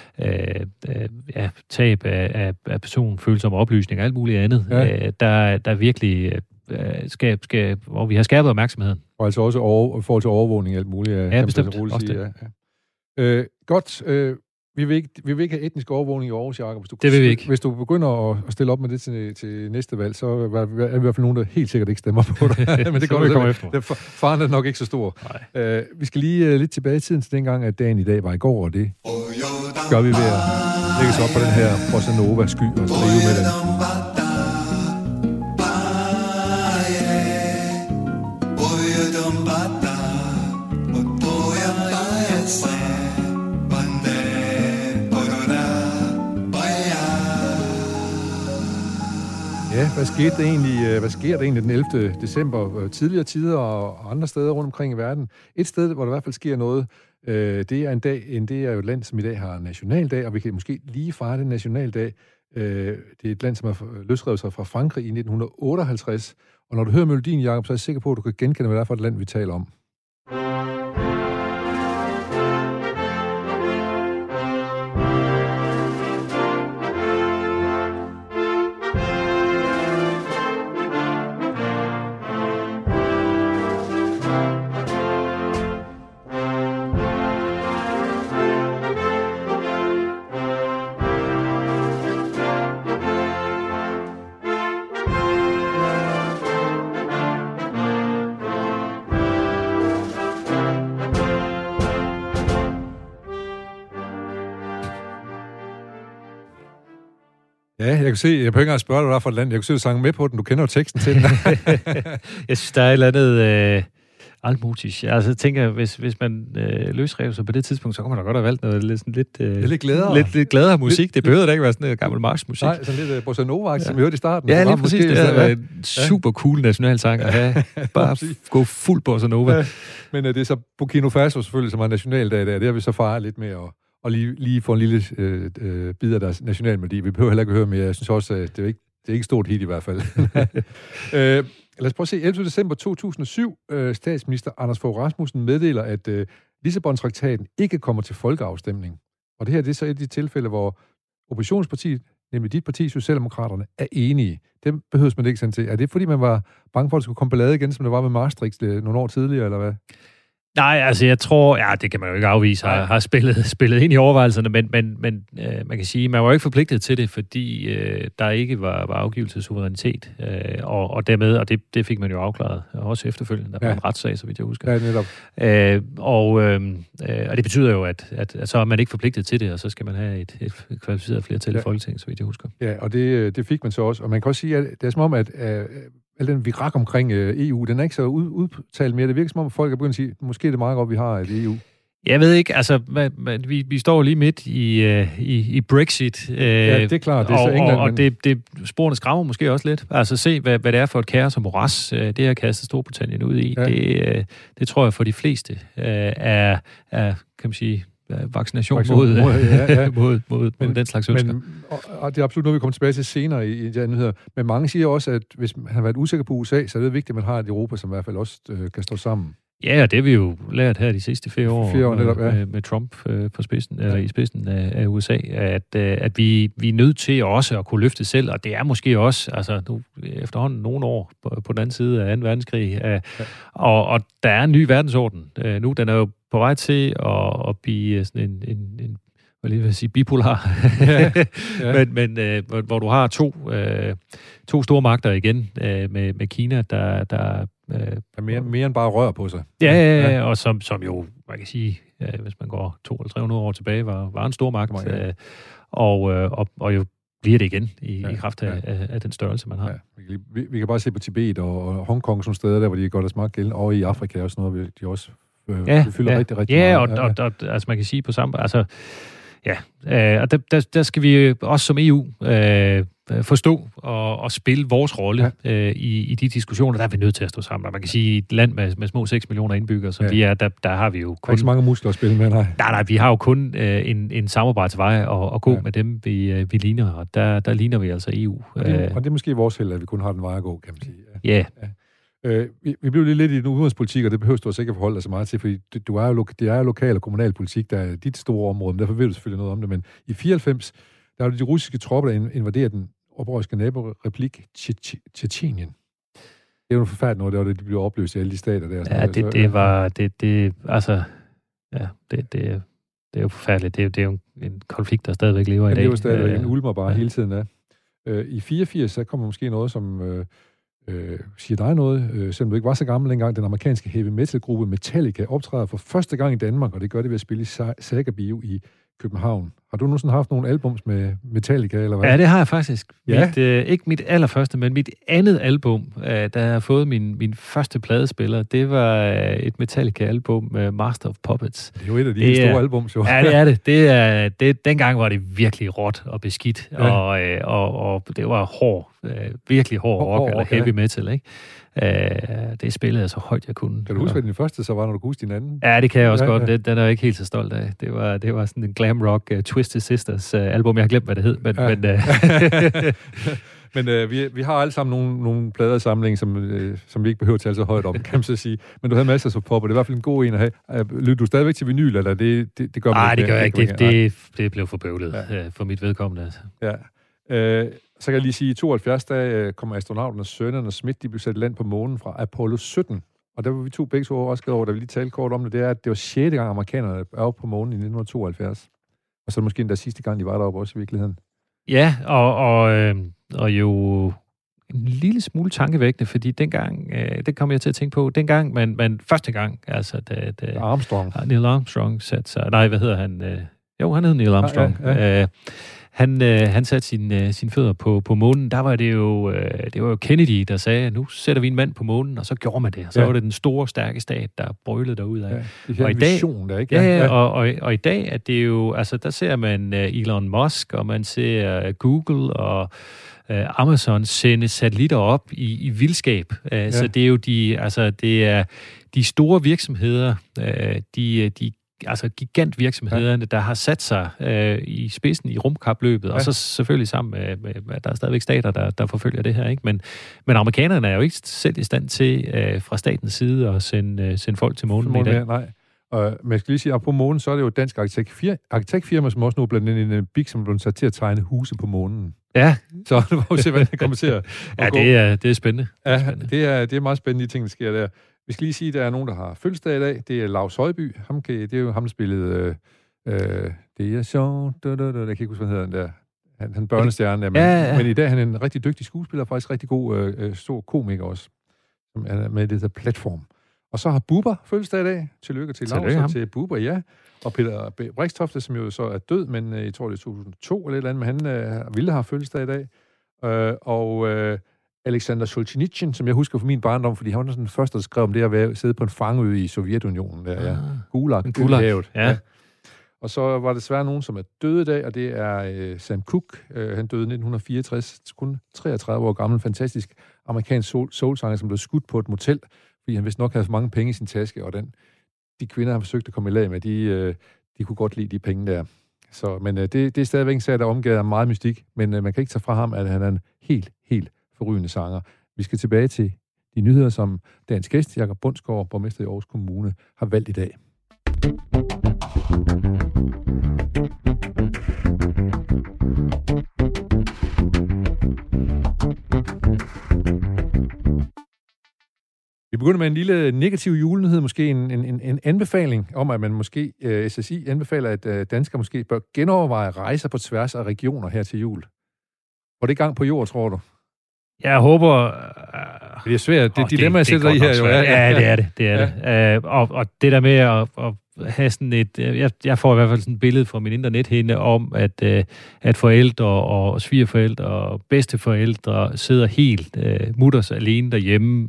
tab af personfølsomme oplysninger og alt muligt andet, der virkelig hvor vi har skærpet opmærksomheden.
Og altså også i forhold til overvågning og alt muligt.
Ja, bestemt. Også det.
Ja. Godt. Vi vil ikke have etnisk overvågning i Aarhus, Jacob.
Det vil vi ikke.
Hvis du begynder at stille op med det til næste valg, så er der i hvert fald nogen, der helt sikkert ikke stemmer på dig. Men det kommer efter. Faren er nok ikke så stor. Vi skal lige lidt tilbage i tiden til dengang, at dagen i dag var i går, og det gør vi ved at lægge os op på den her bossa nova-sky og drive med den. Ja, hvad sker der egentlig den 11. december? Tidligere tider og andre steder rundt omkring i verden. Et sted, hvor der i hvert fald sker noget, det er jo et land, som i dag har nationaldag, og vi kan måske lige fejre den nationaldag. Det er et land, som har løsrevet sig fra Frankrig i 1958. Og når du hører melodien, Jacob, så er jeg sikker på, at du kan genkende, hvad det er for et land, vi taler om. Ja, jeg kan se, jeg behøver ikke engang spørge dig, hvad der er for et land. Jeg kan se, du sang med på den. Du kender jo teksten til den.
Jeg synes, der er et eller andet altmutigt. Altså, jeg tænker, hvis man løsrev sig på det tidspunkt, så kunne man da godt have valgt noget lidt gladere musik. Det behøver da ikke være sådan noget gammel marchmusik.
Nej, sådan lidt bossa nova, som vi hørte i starten.
Ja, lige præcis. Det havde været en super cool nationalsang at have. Bare gå fuld bossa nova. Ja.
Men det er så Burkina Faso selvfølgelig, som har nationaldag der. Det har vi så fejret lidt med og lige få en lille bid af deres nationalmelodi. Vi behøver heller ikke høre mere. Jeg synes også, at det er ikke stort hit i hvert fald. Lad os prøve at se. 11. december 2007, statsminister Anders Fogh Rasmussen meddeler, at Lissabon-traktaten ikke kommer til folkeafstemning. Og det her det er så et af de tilfælde, hvor oppositionspartiet, nemlig dit parti, Socialdemokraterne, er enige. Det behøves man ikke sende til. Er det fordi, man var bange for, at det skulle komme ballade igen, som det var med Maastricht nogle år tidligere, eller hvad?
Nej, altså jeg tror, det kan man jo ikke afvise, har spillet ind i overvejelserne, men man kan sige, man var jo ikke forpligtet til det, fordi der ikke var afgivelse af suverænitet, og dermed, og det fik man jo afklaret, også efterfølgende, der var en retssag, så vidt jeg husker.
Ja, netop.
Og det betyder jo, at så er man ikke forpligtet til det, og så skal man have et kvalificeret flertal i Folketinget, så vidt jeg husker. Ja,
og det fik man så også, og man kan også sige, at det er som om, at al den virak omkring EU, den er ikke så udtalt mere. Det virker som om, at folk er begyndt at sige, måske er det meget godt, vi har et EU.
Jeg ved ikke, altså, vi står lige midt i Brexit.
Ja, det er klart. Det er så England,
og det sporene skræmmer måske også lidt. Altså, se, hvad det er for et kaos og moras, det har kastet Storbritannien ud i. Ja. Det tror jeg for de fleste er kan man sige, vaccination mod den slags ønsker.
Og det er absolut noget, vi kommer tilbage til senere i de nyheder. Men mange siger også, at hvis man har været usikker på USA, så er det vigtigt, at man har et Europa, som i hvert fald også kan stå sammen.
Ja, og det har vi jo lært her de sidste 4 år
netop,
med Trump på spidsen, eller i spidsen af USA, at vi er nødt til også at kunne løfte selv, og det er måske også, altså nu efterhånden nogle år på den anden side af 2. verdenskrig, og der er en ny verdensorden nu, den er jo på vej til at blive sådan en hvad lige vil sige, bipolar, men hvor du har to store magter igen, med Kina, der
mere end bare rør på sig.
Ja, og som jo, man kan sige, hvis man går 200 eller 300 år tilbage, var en stor magt, og jo bliver det igen i kraft af den størrelse, man har.
Ja. Vi kan bare se på Tibet og Hongkong som steder, der hvor de gør det meget gældende, og i Afrika og sådan noget, de også fylder rigtig meget.
Og altså man kan sige på samme... Altså, og der skal vi også som EU forstå og spille vores rolle i de diskussioner, der er vi nødt til at stå sammen. Og man kan sige, et land med små 6 millioner indbyggere, som vi er, der har vi jo kun... Der
er ikke så mange muskler at spille med, nej.
Nej, vi har jo kun en samarbejdsvej at gå med dem, vi ligner, og der ligner vi altså EU.
Og det er måske vores held, at vi kun har den vej at gå, kan man sige.
Ja.
Vi blev lidt i den udenrigspolitik, og det behøver du også ikke at forholde dig så meget til, fordi det er jo lokal og kommunal politik, der er dit store område, men derfor ved du selvfølgelig noget om det. Men i 94, der var det de russiske tropper, der invaderede den oprørske naborepublik Tjetjenien. Det er jo forfærdeligt noget, det var det, de blev opløst i alle de stater der.
Det er jo forfærdeligt. Det er jo en konflikt, der stadigvæk lever i dag.
Det er jo stadigvæk en ulmer bare hele tiden af. I 84, så kommer måske noget, som... siger dig noget, selvom du ikke var så gammel dengang. Den amerikanske heavy metal-gruppe Metallica optræder for første gang i Danmark, og det gør det ved at spille i Saga Bio i København. Har du nogensinde haft nogle albums med Metallica, eller hvad?
Ja, det har jeg faktisk. Ja. Ikke mit allerførste, men mit andet album, der har jeg fået min første pladespiller, det var et Metallica-album med Master of Puppets.
Det er jo et af de store albums, jo.
Ja, det er det. Dengang var det virkelig råt og beskidt, og det var virkelig hård rock, eller heavy metal, ikke? Det spillede jeg så højt, jeg kunne.
Kan du huske, hvad din første så var, når du kunne huske din anden?
Ja, det kan jeg også godt. Den er jeg ikke helt så stolt af. Det var sådan en glam rock Twisted Sisters album. Jeg har glemt, hvad det hed.
Men vi har alle sammen nogle plader i samlingen, som vi ikke behøver at tale så højt om, kan man så sige. Men du havde masser af pop, og det er i hvert fald en god en at have. Lytter du stadigvæk til vinyl, eller det gør man ikke?
Nej, det gør jeg ikke. Det blev for bøvlet for mit vedkommende. Altså.
Ja. Så kan jeg lige sige, i 72, der kommer astronauterne Cernan og Smith, de blev sat i land på månen fra Apollo 17. Og der var vi begge to overrasket over, da vi lige talte kort om det, det er, at det var 6. gang, amerikanerne er oppe på månen i 1972. Og så er det måske den der sidste gang, de var deroppe også i virkeligheden. Ja,
og jo en lille smule tankevækkende, fordi dengang, det kom jeg til at tænke på, dengang, men første gang, altså da
Armstrong.
Neil Armstrong satte sig, nej, hvad hedder han? Han hed Neil Armstrong. Ja. Han satte sine fødder på månen. Der var det var jo Kennedy, der sagde, at nu sætter vi en mand på månen, og så gjorde man det. Så var det den store, stærke stat, der brølede derud af.
Ja, og i dag, der, ikke?
Og i dag er det jo, altså der ser man Elon Musk, og man ser Google og Amazon sende satellitter op i vildskab. Så det er jo de store virksomheder, altså gigantvirksomhederne, der har sat sig i spidsen i rumkapløbet, og så selvfølgelig sammen med der er stadigvæk stater, der forfølger det her, ikke? Men amerikanerne er jo ikke selv i stand til fra statens side at sende folk til månen i dag.
Nej. Og man skal lige sige, at på månen, så er det jo et dansk arkitektfirma, som også nu er blandt andet en big, som blev sat til at tegne huse på månen.
Ja.
Så det var jo se, hvad det kommer til at
gå. Det er spændende.
Ja, det er meget spændende, de ting, der sker der. Vi skal lige sige, at der er nogen, der har fødselsdag i dag. Det er Lars Højby. Det er jo ham, der spillede... det er sjovt... Jeg kan ikke huske, hvad hedder den der. Han børnestjerne. Men i dag er han en rigtig dygtig skuespiller, faktisk rigtig god stor komiker også, som er med i det der platform. Og så har Bubber fødselsdag i dag. Tillykke til Lars og til Bubber, ja. Og Peter Brixtofte, som jo så er død, men jeg tror, det er 2002 eller et eller andet, men han ville have fødselsdag i dag. Og Alexander Solzhenitsyn, som jeg husker fra min barndom, fordi han var sådan den første, der skrev om det at sidde på en fangeø i Sovjetunionen. Gulag. Ja. Og så var det desværre nogen, som er døde i dag, og det er Sam Cooke. Han døde i 1964, kun 33 år gammel, fantastisk amerikansk soulsanger, som blev skudt på et motel, fordi han vist nok havde for mange penge i sin taske, og de kvinder, han forsøgte at komme i lag med, de kunne godt lide de penge der. Så, men det er stadigvæk en sag, der omgivet af meget mystik, men man kan ikke tage fra ham, at han er en helt forrygende sanger. Vi skal tilbage til de nyheder, som dagens gæst, Jakob Bundsgaard, borgmester i Aarhus Kommune, har valgt i dag. Vi begynder med en lille negativ julenyhed, måske en anbefaling om, at man måske, SSI anbefaler, at danskere måske bør genoverveje rejser på tværs af regioner her til jul. Og det er gang på jord, tror du?
Jeg håber...
Det er svært. Det dilemma, jeg sætter i her, jo.
Ja, det er det. Og det der med at have sådan et... Jeg får i hvert fald sådan et billede fra min internethinde om, at forældre og svigerforældre og bedsteforældre sidder helt mutters alene derhjemme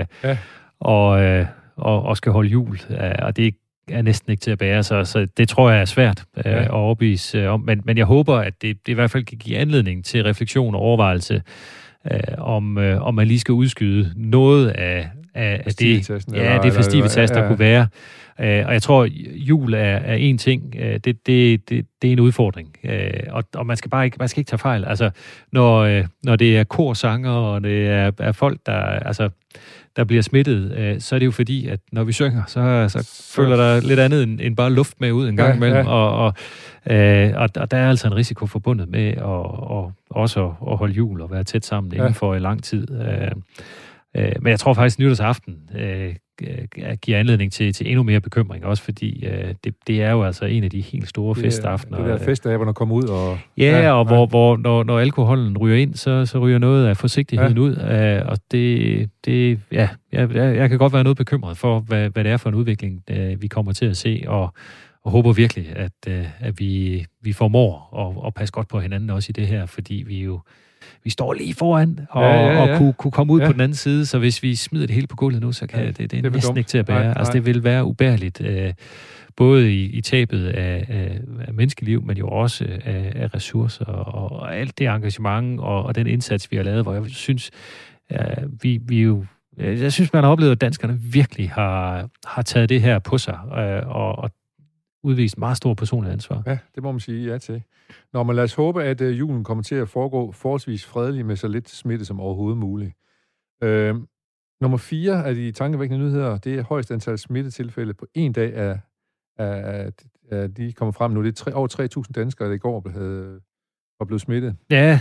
og skal holde jul. Og det er næsten ikke til at bære, så det tror jeg er svært at overbevise om. Men jeg håber, at det i hvert fald kan give anledning til refleksion og overvejelse, om man lige skal udskyde noget af det festivitas, der kunne være. Og jeg tror, jul er en ting. Det er en udfordring. Og man skal ikke tage fejl. Altså, når det er korsanger, og det er folk, der bliver smittet, så er det jo fordi, at når vi synger, så føler der lidt andet end bare luft med ud en gang imellem. Og der er altså en risiko forbundet med også at holde jul og være tæt sammen inden for lang tid. Men jeg tror faktisk, at nytårsaften giver anledning til endnu mere bekymring, også fordi det er jo altså en af de helt store festaftener.
Det der festaftener kommer ud. Og
hvor når alkoholen ryger ind, så ryger noget af forsigtigheden ud. Og jeg kan godt være noget bekymret for, hvad det er for en udvikling, vi kommer til at se, og håber virkelig, at vi formår at passe godt på hinanden også i det her, fordi vi står lige foran og kunne komme ud på den anden side, så hvis vi smider det hele på gulvet nu, så kan det er næsten ikke til at bære. Nej. Altså, det vil være ubærligt, både i tabet af menneskeliv, men jo også af ressourcer og alt det engagement og den indsats, vi har lavet, hvor jeg synes, jeg synes, man har oplevet, at danskerne virkelig har taget det her på sig og udvist meget stor personlig ansvar. Ja,
det må man sige ja til. Når man lader os håbe, at julen kommer til at foregå forholdsvis fredeligt med så lidt smitte som overhovedet muligt. Nummer 4 af de tankevækkende nyheder, det er højst antal smittetilfælde på en dag de kommer frem nu. Det er over 3.000 danskere, der i går var blevet smittet. Ja,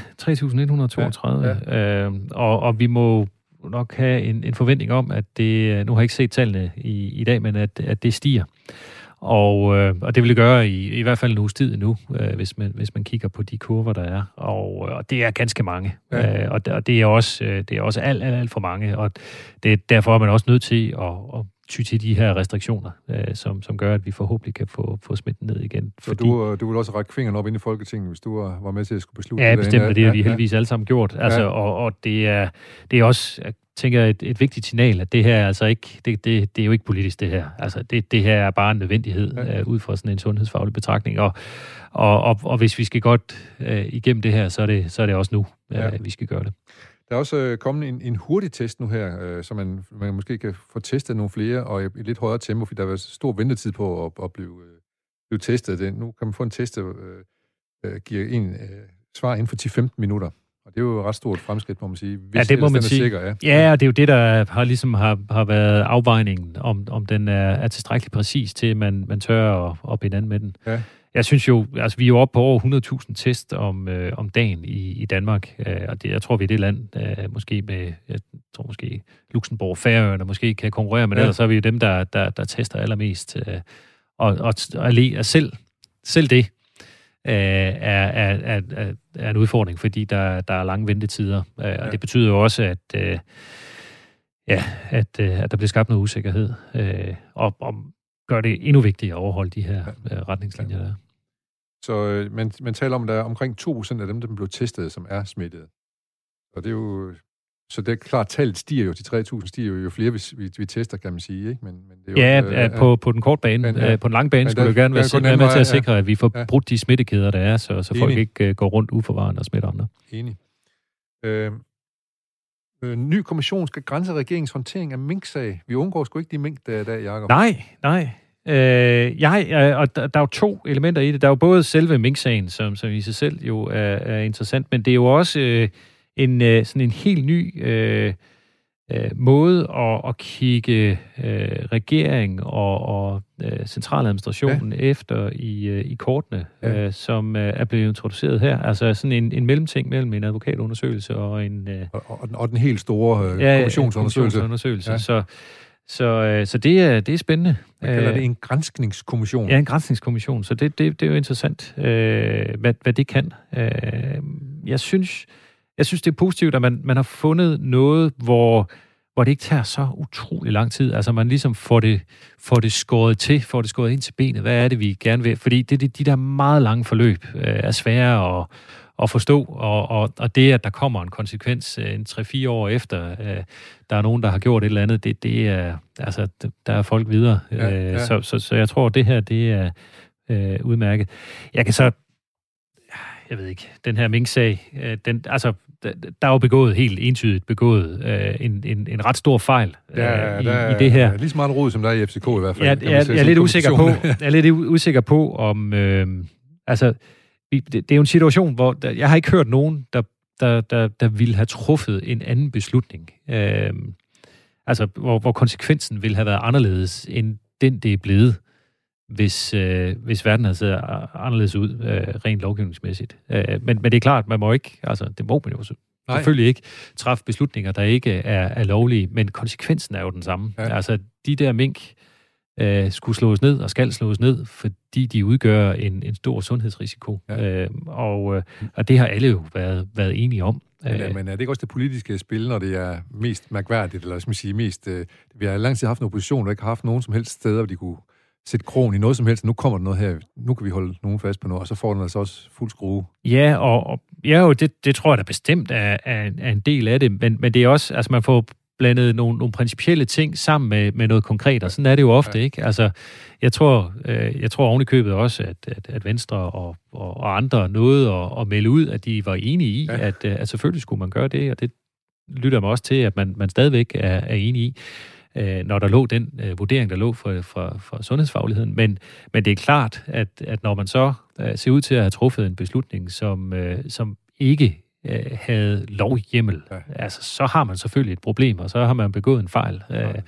3.132. Og vi må nok have en forventning om, at det, nu har jeg ikke set tallene i dag, men at det stiger. Og det vil det gøre i hvert fald en uges tid nu, hvis man kigger på de kurver, der er. Og det er ganske mange. Ja. Og det er også alt for mange. Og det er derfor, man også nødt til at ty til de her restriktioner, som gør, at vi forhåbentlig kan få smitten ned igen.
Så du vil også række fingeren op ind i Folketinget, hvis du var med til at skulle beslutte
det? Ja, bestemt, og det har vi heldigvis alle sammen gjort. Altså, og det er også, jeg tænker, et vigtigt signal, at det her er altså ikke, det er jo ikke politisk, det her. Altså, det her er bare en nødvendighed ud fra sådan en sundhedsfaglig betragtning. Og hvis vi skal godt igennem det her, så er det også nu, vi skal gøre det.
Der er også kommet en hurtig test nu her, så man måske kan få testet nogle flere, og i lidt højere tempo, fordi der er stor ventetid på at blive testet. Nu kan man få en test, der giver en svar inden for 10-15 minutter. Og det er jo et ret stort fremskridt, må man sige.
Hvis det må man sige. Sikker, ja, og det er jo det, der har været afvejningen, om den er tilstrækkeligt præcis til, at man tør at binde an med den. Ja. Jeg synes jo, altså vi er jo oppe på over 100.000 test om dagen i Danmark, og jeg tror, vi er det land, måske Luxembourg og Færøerne måske kan konkurrere med det, og så er vi jo dem, der tester allermest. Og selv det er en udfordring, fordi der er lange ventetider, og det betyder jo også, at der bliver skabt noget usikkerhed, og gør det endnu vigtigere at overholde de her retningslinjer der.
Så man taler om, at der er omkring 2% af dem, der blev testet, som er smittet. Og det er jo... Så det er klart, tallet stiger jo, de 3.000 stiger jo flere, vi tester, kan man sige, ikke? Men det er jo,
på den korte bane. På den lange bane skulle det gerne være med til at sikre, at vi får brudt de smittekæder, der er, så folk ikke går rundt uforvarende og smitter andre.
Enig. Ny kommission skal grænse regeringens håndtering af minksag. Vi undgår sgu ikke de mink, der er der, Jacob.
Nej. Og der er jo to elementer i det. Der er jo både selve Mink-sagen, som i sig selv jo er interessant, men det er jo også sådan en helt ny måde at kigge regering og centraladministrationen efter i kortene, som er blevet introduceret her. Altså sådan en mellemting mellem en advokatundersøgelse og en...
Og den helt store kommissionsundersøgelse.
Ja. Så det er spændende.
Man kalder det en granskningskommission.
Ja, en granskningskommission. Så det er jo interessant, hvad det kan. Jeg synes, det er positivt, at man har fundet noget, hvor det ikke tager så utrolig lang tid. Altså, man ligesom får det skåret ind til benet. Hvad er det, vi gerne vil? Fordi de der meget lange forløb er svære at forstå, og det, at der kommer en konsekvens 3-4 år efter, der er nogen, der har gjort et eller andet, det er, altså, der er folk videre. Så jeg tror, det her, det er udmærket. Jeg ved ikke, den her Mink-sag, der er jo helt entydigt begået en ret stor fejl i det her.
Lige så meget rod, som der er i FCK i hvert fald.
Jeg er lidt usikker på, om... det er jo en situation, hvor jeg har ikke hørt nogen, der ville have truffet en anden beslutning. Hvor konsekvensen ville have været anderledes, end den, det er blevet, hvis verden havde set anderledes ud, rent lovgivningsmæssigt. Men det er klart, man må ikke, det må man jo selvfølgelig ikke træffe beslutninger, der ikke er lovlige, men konsekvensen er jo den samme. Ja. Altså, de der mink skulle slås ned og skal slås ned, fordi de udgør en stor sundhedsrisiko. Ja. Og det har alle jo været enige om.
Men er det ikke også det politiske spil, når det er mest mærkværdigt, eller skal man sige mest... vi har lang tid haft en opposition, der ikke har haft nogen som helst steder, hvor de kunne sætte krogen i noget som helst. Nu kommer der noget her, nu kan vi holde nogen fast på noget, og så får den altså også fuld skrue.
Ja, og det tror jeg da bestemt er en del af det, men det er også, man får blandet nogle principielle ting sammen med noget konkret, og sådan er det jo ofte, ikke? Altså, jeg tror oven i købet også, at Venstre og andre nåede at melde ud, at de var enige i, at selvfølgelig skulle man gøre det, og det lytter mig også til, at man stadigvæk er enige i, når der lå den vurdering, der lå fra sundhedsfagligheden. Men det er klart, at når man så ser ud til at have truffet en beslutning, som ikke havde lovhjemmel, så har man selvfølgelig et problem, og så har man begået en fejl.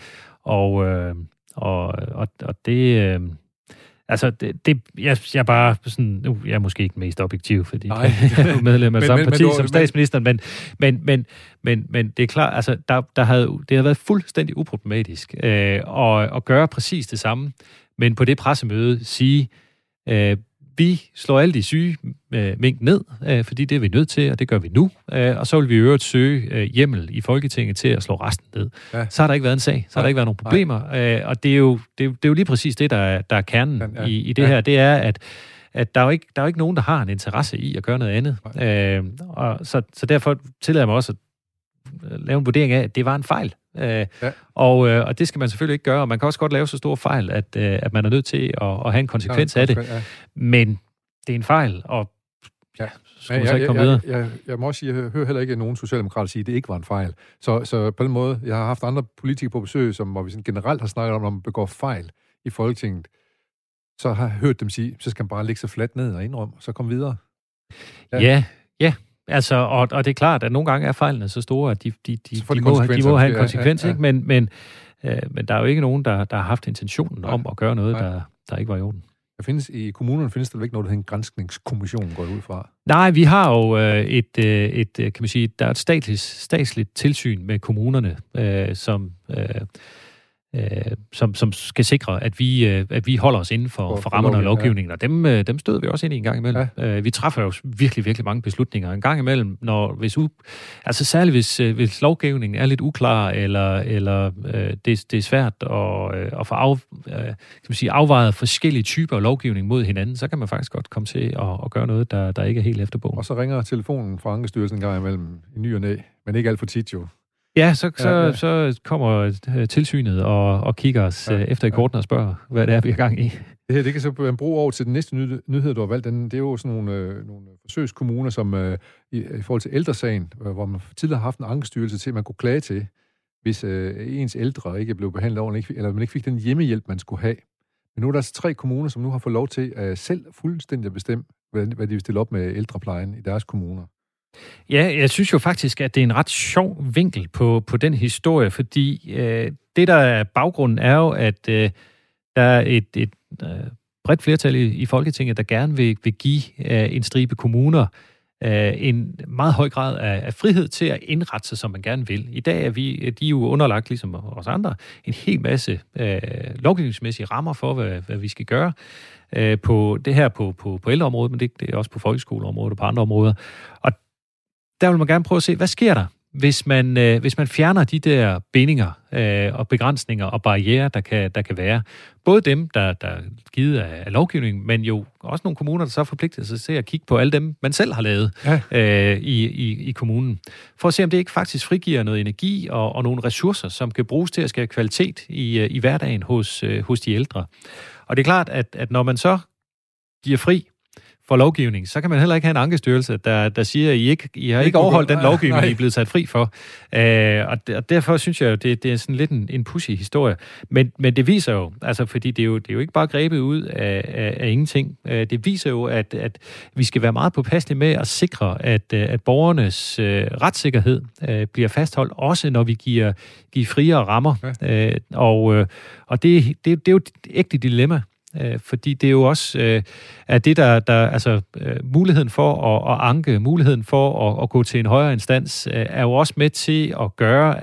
Og det... jeg er bare sådan... Nu jeg er måske ikke mest objektiv, fordi jeg er medlem af samme parti som statsministeren, men det er klart, det har været fuldstændig uproblematisk at gøre præcis det samme, men på det pressemøde sige, vi slår alle de syge mink ned, fordi det er vi nødt til, og det gør vi nu. Og så vil vi i øvrigt søge hjemmel i Folketinget til at slå resten ned. Ja. Så har der ikke været en sag, så har der ikke været nogen problemer. Og det er jo lige præcis det, der er kernen i det her. Det er, at der er jo ikke nogen, der har en interesse i at gøre noget andet. Så derfor tillader jeg mig også at lave en vurdering af, at det var en fejl. Og det skal man selvfølgelig ikke gøre, og man kan også godt lave så store fejl, at man er nødt til at have en konsekvens af det. Ja. Men det er en fejl, og skulle så ikke komme videre.
Jeg må også sige, jeg hører heller ikke nogen socialdemokrater sige, at det ikke var en fejl. Så på den måde, jeg har haft andre politikere på besøg, hvor vi sådan generelt har snakket om, når man begår fejl i Folketinget, så har jeg hørt dem sige, så skal man bare lægge sig fladt ned og indrømme, og så komme videre.
Ja. Og det er klart, at nogle gange er fejlene så store, at de må have en konsekvens, ikke? Men der er jo ikke nogen, der har haft intentionen om at gøre noget, der ikke var i orden.
I kommunerne findes der ikke noget, der hedder en granskningskommission, går ud fra?
Nej, vi har jo kan man sige, der er et statsligt tilsyn med kommunerne, som skal sikre, at vi holder os inden for rammerne og lovgivningen, og dem støder vi også ind i en gang imellem. Ja. Vi træffer jo virkelig, virkelig mange beslutninger en gang imellem, særligt hvis lovgivningen er lidt uklar, eller det er svært at få afvejet forskellige typer af lovgivning mod hinanden, så kan man faktisk godt komme til at gøre noget, der ikke er helt efter bogen.
Og så ringer telefonen fra Ankestyrelsen en gang imellem i ny og næ, men ikke alt for tit jo.
Ja, så kommer tilsynet og kigger os efter i korten og spørger, hvad det er, vi er gang i.
Det kan så være en bro over til den næste nyhed, du har valgt. Det er jo sådan nogle forsøgskommuner, som i forhold til ældresagen, hvor man tidligere har haft en ankestyrelse til, at man kunne klage til, hvis ens ældre ikke blev behandlet ordentligt, eller man ikke fik den hjemmehjælp, man skulle have. Men nu er der altså 3 kommuner, som nu har fået lov til at selv fuldstændig bestemme, hvad de vil stille op med ældreplejen i deres kommuner.
Ja, jeg synes jo faktisk, at det er en ret sjov vinkel på den historie, fordi det, der er baggrunden, er jo, at der er et bredt flertal i Folketinget, der gerne vil give en stribe kommuner en meget høj grad af frihed til at indrette sig, som man gerne vil. I dag er de er jo underlagt, ligesom os andre, en hel masse lovgivningsmæssige rammer for, hvad vi skal gøre på det her på ældreområdet, men det er også på folkeskoleområdet og på andre områder. Og der vil man gerne prøve at se, hvad sker der, hvis man fjerner de der bindinger og begrænsninger og barrierer, der kan være. Både dem, der er givet af lovgivningen, men jo også nogle kommuner, der så forpligter sig til at kigge på alle dem, man selv har lavet i kommunen. For at se, om det ikke faktisk frigiver noget energi og nogle ressourcer, som kan bruges til at skabe kvalitet i hverdagen hos de ældre. Og det er klart, at når man så giver fri for lovgivning, så kan man heller ikke have en ankestyrelse, der siger, at I har ikke overholdt den lovgivning, I er blevet sat fri for. Og derfor synes jeg jo, det er sådan lidt en pussy historie. Men det viser jo, altså fordi det er jo ikke bare grebet ud af ingenting. Det viser jo, at vi skal være meget påpasselige med at sikre, at borgernes retssikkerhed bliver fastholdt, også når vi giver friere rammer. Og det er jo et ægte dilemma. Fordi det er jo også at det, der altså muligheden for at anke, muligheden for at gå til en højere instans, er jo også med til at gøre,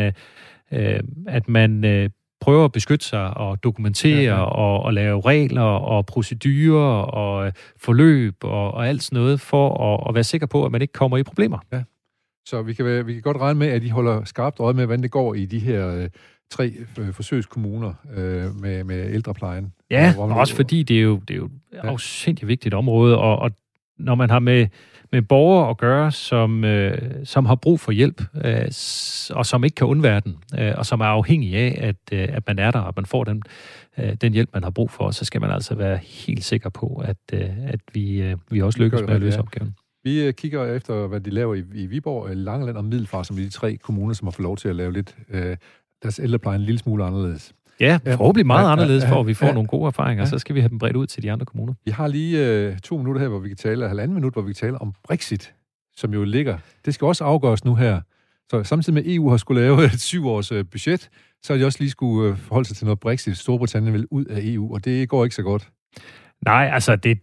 at man prøver at beskytte sig og dokumentere og lave regler og procedurer og forløb og alt sådan noget, for at være sikker på, at man ikke kommer i problemer. Ja.
Så vi kan godt regne med, at de holder skarpt øje med, hvordan det går i de her 3 forsøgskommuner med ældreplejen.
Ja, også fordi det er jo et afsindigt vigtigt område, og når man har med borgere at gøre, som har brug for hjælp, og som ikke kan undvære den, og som er afhængige af, at man er der, og man får den hjælp, man har brug for, så skal man altså være helt sikker på, at vi også lykkes med at løse opgaven.
Vi kigger efter, hvad de laver i Viborg, Langeland og Middelfart, som er de 3 kommuner, som har fået lov til at lave lidt deres ældrepleje en lille smule anderledes.
Ja, forhåbentlig meget anderledes, for at vi får nogle gode erfaringer, så skal vi have dem bredt ud til de andre kommuner.
Vi har lige 2 minutter her, hvor vi kan tale, 1,5 minut, hvor vi kan tale om Brexit, som jo ligger. Det skal også afgøres nu her. Så samtidig med EU har skulle lave et 7-års budget, så har de også lige skulle forholde sig til noget Brexit. Storbritannien vil ud af EU, og det går ikke så godt.
Nej, altså det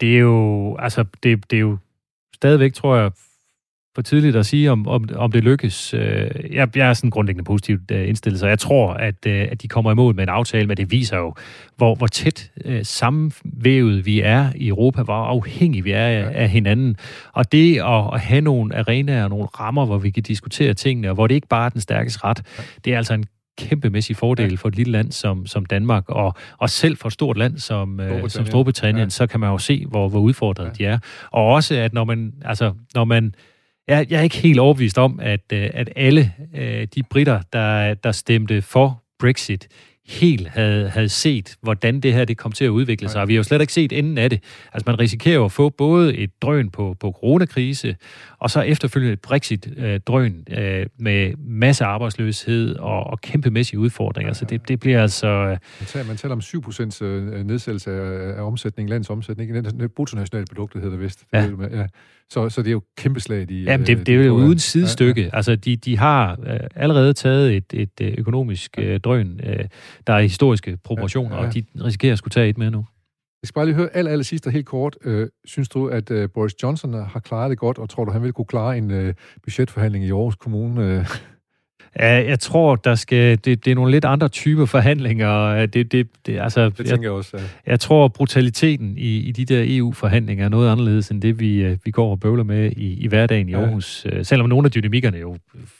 er jo stadigvæk, tror jeg, for tidligt at sige, om det lykkes. Jeg er sådan grundlæggende positivt indstillet, så jeg tror, at de kommer i mål med en aftale, men det viser jo, hvor tæt sammenvævet vi er i Europa, hvor afhængige vi er af hinanden. Og det at have nogle arenaer og nogle rammer, hvor vi kan diskutere tingene, og hvor det ikke bare er den stærkeste ret, det er altså en kæmpemæssig fordel for et lille land som Danmark, og selv for et stort land som Storbritannien, så kan man jo se, hvor udfordret de er. Og også, at når man jeg er ikke helt overbevist om, at alle de britter, der stemte for Brexit, helt havde set, hvordan det her det kom til at udvikle sig. Og vi har jo slet ikke set enden af det. Altså man risikerer at få både et drøn på coronakrise, og så efterfølgende et Brexit-drøn med masse arbejdsløshed og kæmpemæssige udfordringer. Så det bliver altså...
Man taler om 7% nedsættelse af omsætning, landets omsætning, bruttonationalproduktet hedder det vist.
Ja.
Så det er jo kæmpe slag.
Jamen, det er jo uden sidestykke. Ja. Altså, de har allerede taget et økonomisk drøn, der er historiske proportioner, og de risikerer at skulle tage et med nu.
Jeg skal bare lige høre aller sidst og helt kort. Synes du, at Boris Johnson har klaret det godt, og tror du, han vil kunne klare en budgetforhandling i Aarhus Kommune?
Ja, jeg tror, det er nogle lidt andre typer forhandlinger. Det
tænker jeg også. Ja.
Jeg tror, brutaliteten i de der EU-forhandlinger er noget anderledes end det, vi går og bøvler med i hverdagen i Aarhus. Selvom nogle af dynamikkerne jo...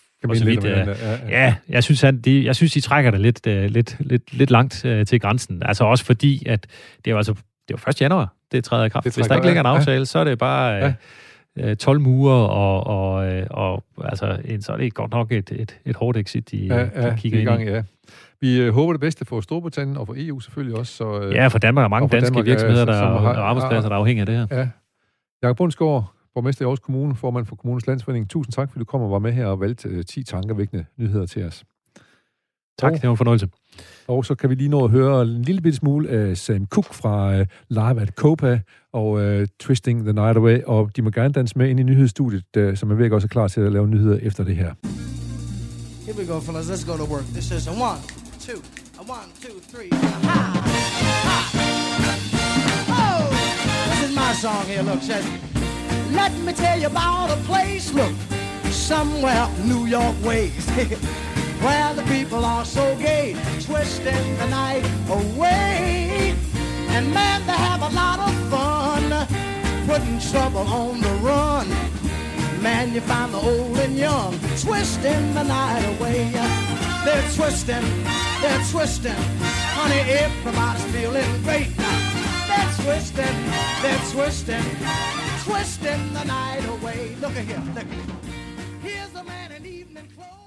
jeg synes, de trækker det lidt langt til grænsen. Altså også fordi, at det er jo 1. januar, det træder i kraft. Hvis der ikke ligger en aftale, så er det bare... 12 murer, og så er det godt nok et hårdt exit, de kigger ind i.
Ja. Vi håber det bedste for Storbritannien og for EU selvfølgelig også.
Så, for Danmark er mange danske virksomheder, og arbejdspladser, der er afhængige af det her.
Ja. Jakob Bundsgaard, borgmester i Aarhus Kommune, formand for Kommunens Landsforening. Tusind tak, fordi du kom og var med her og valgte 10 tankevækkende nyheder til os.
Tak, det var en fornøjelse.
Og så kan vi lige nå at høre en lille bitte smule af Sam Cooke fra Live at Copa og Twisting the Night Away, og de må gerne danse med ind i nyhedsstudiet, som er væk også er klar til at lave nyheder efter det her.
Here we go, fellas. Let's go to work. This is a 1, 2, a 1, 2, 3. Ha! Ha! Oh! This is my song here. Look, says, let me tell you about a place, look, somewhere New York ways, where the people are so gay, twisting the night away. And man, they have a lot of fun, putting trouble on the run. Man, you find the old and young, twisting the night away. They're twisting, honey, everybody's feeling great. They're twisting, twisting the night away. Look at here, look. Here's a man in evening clothes.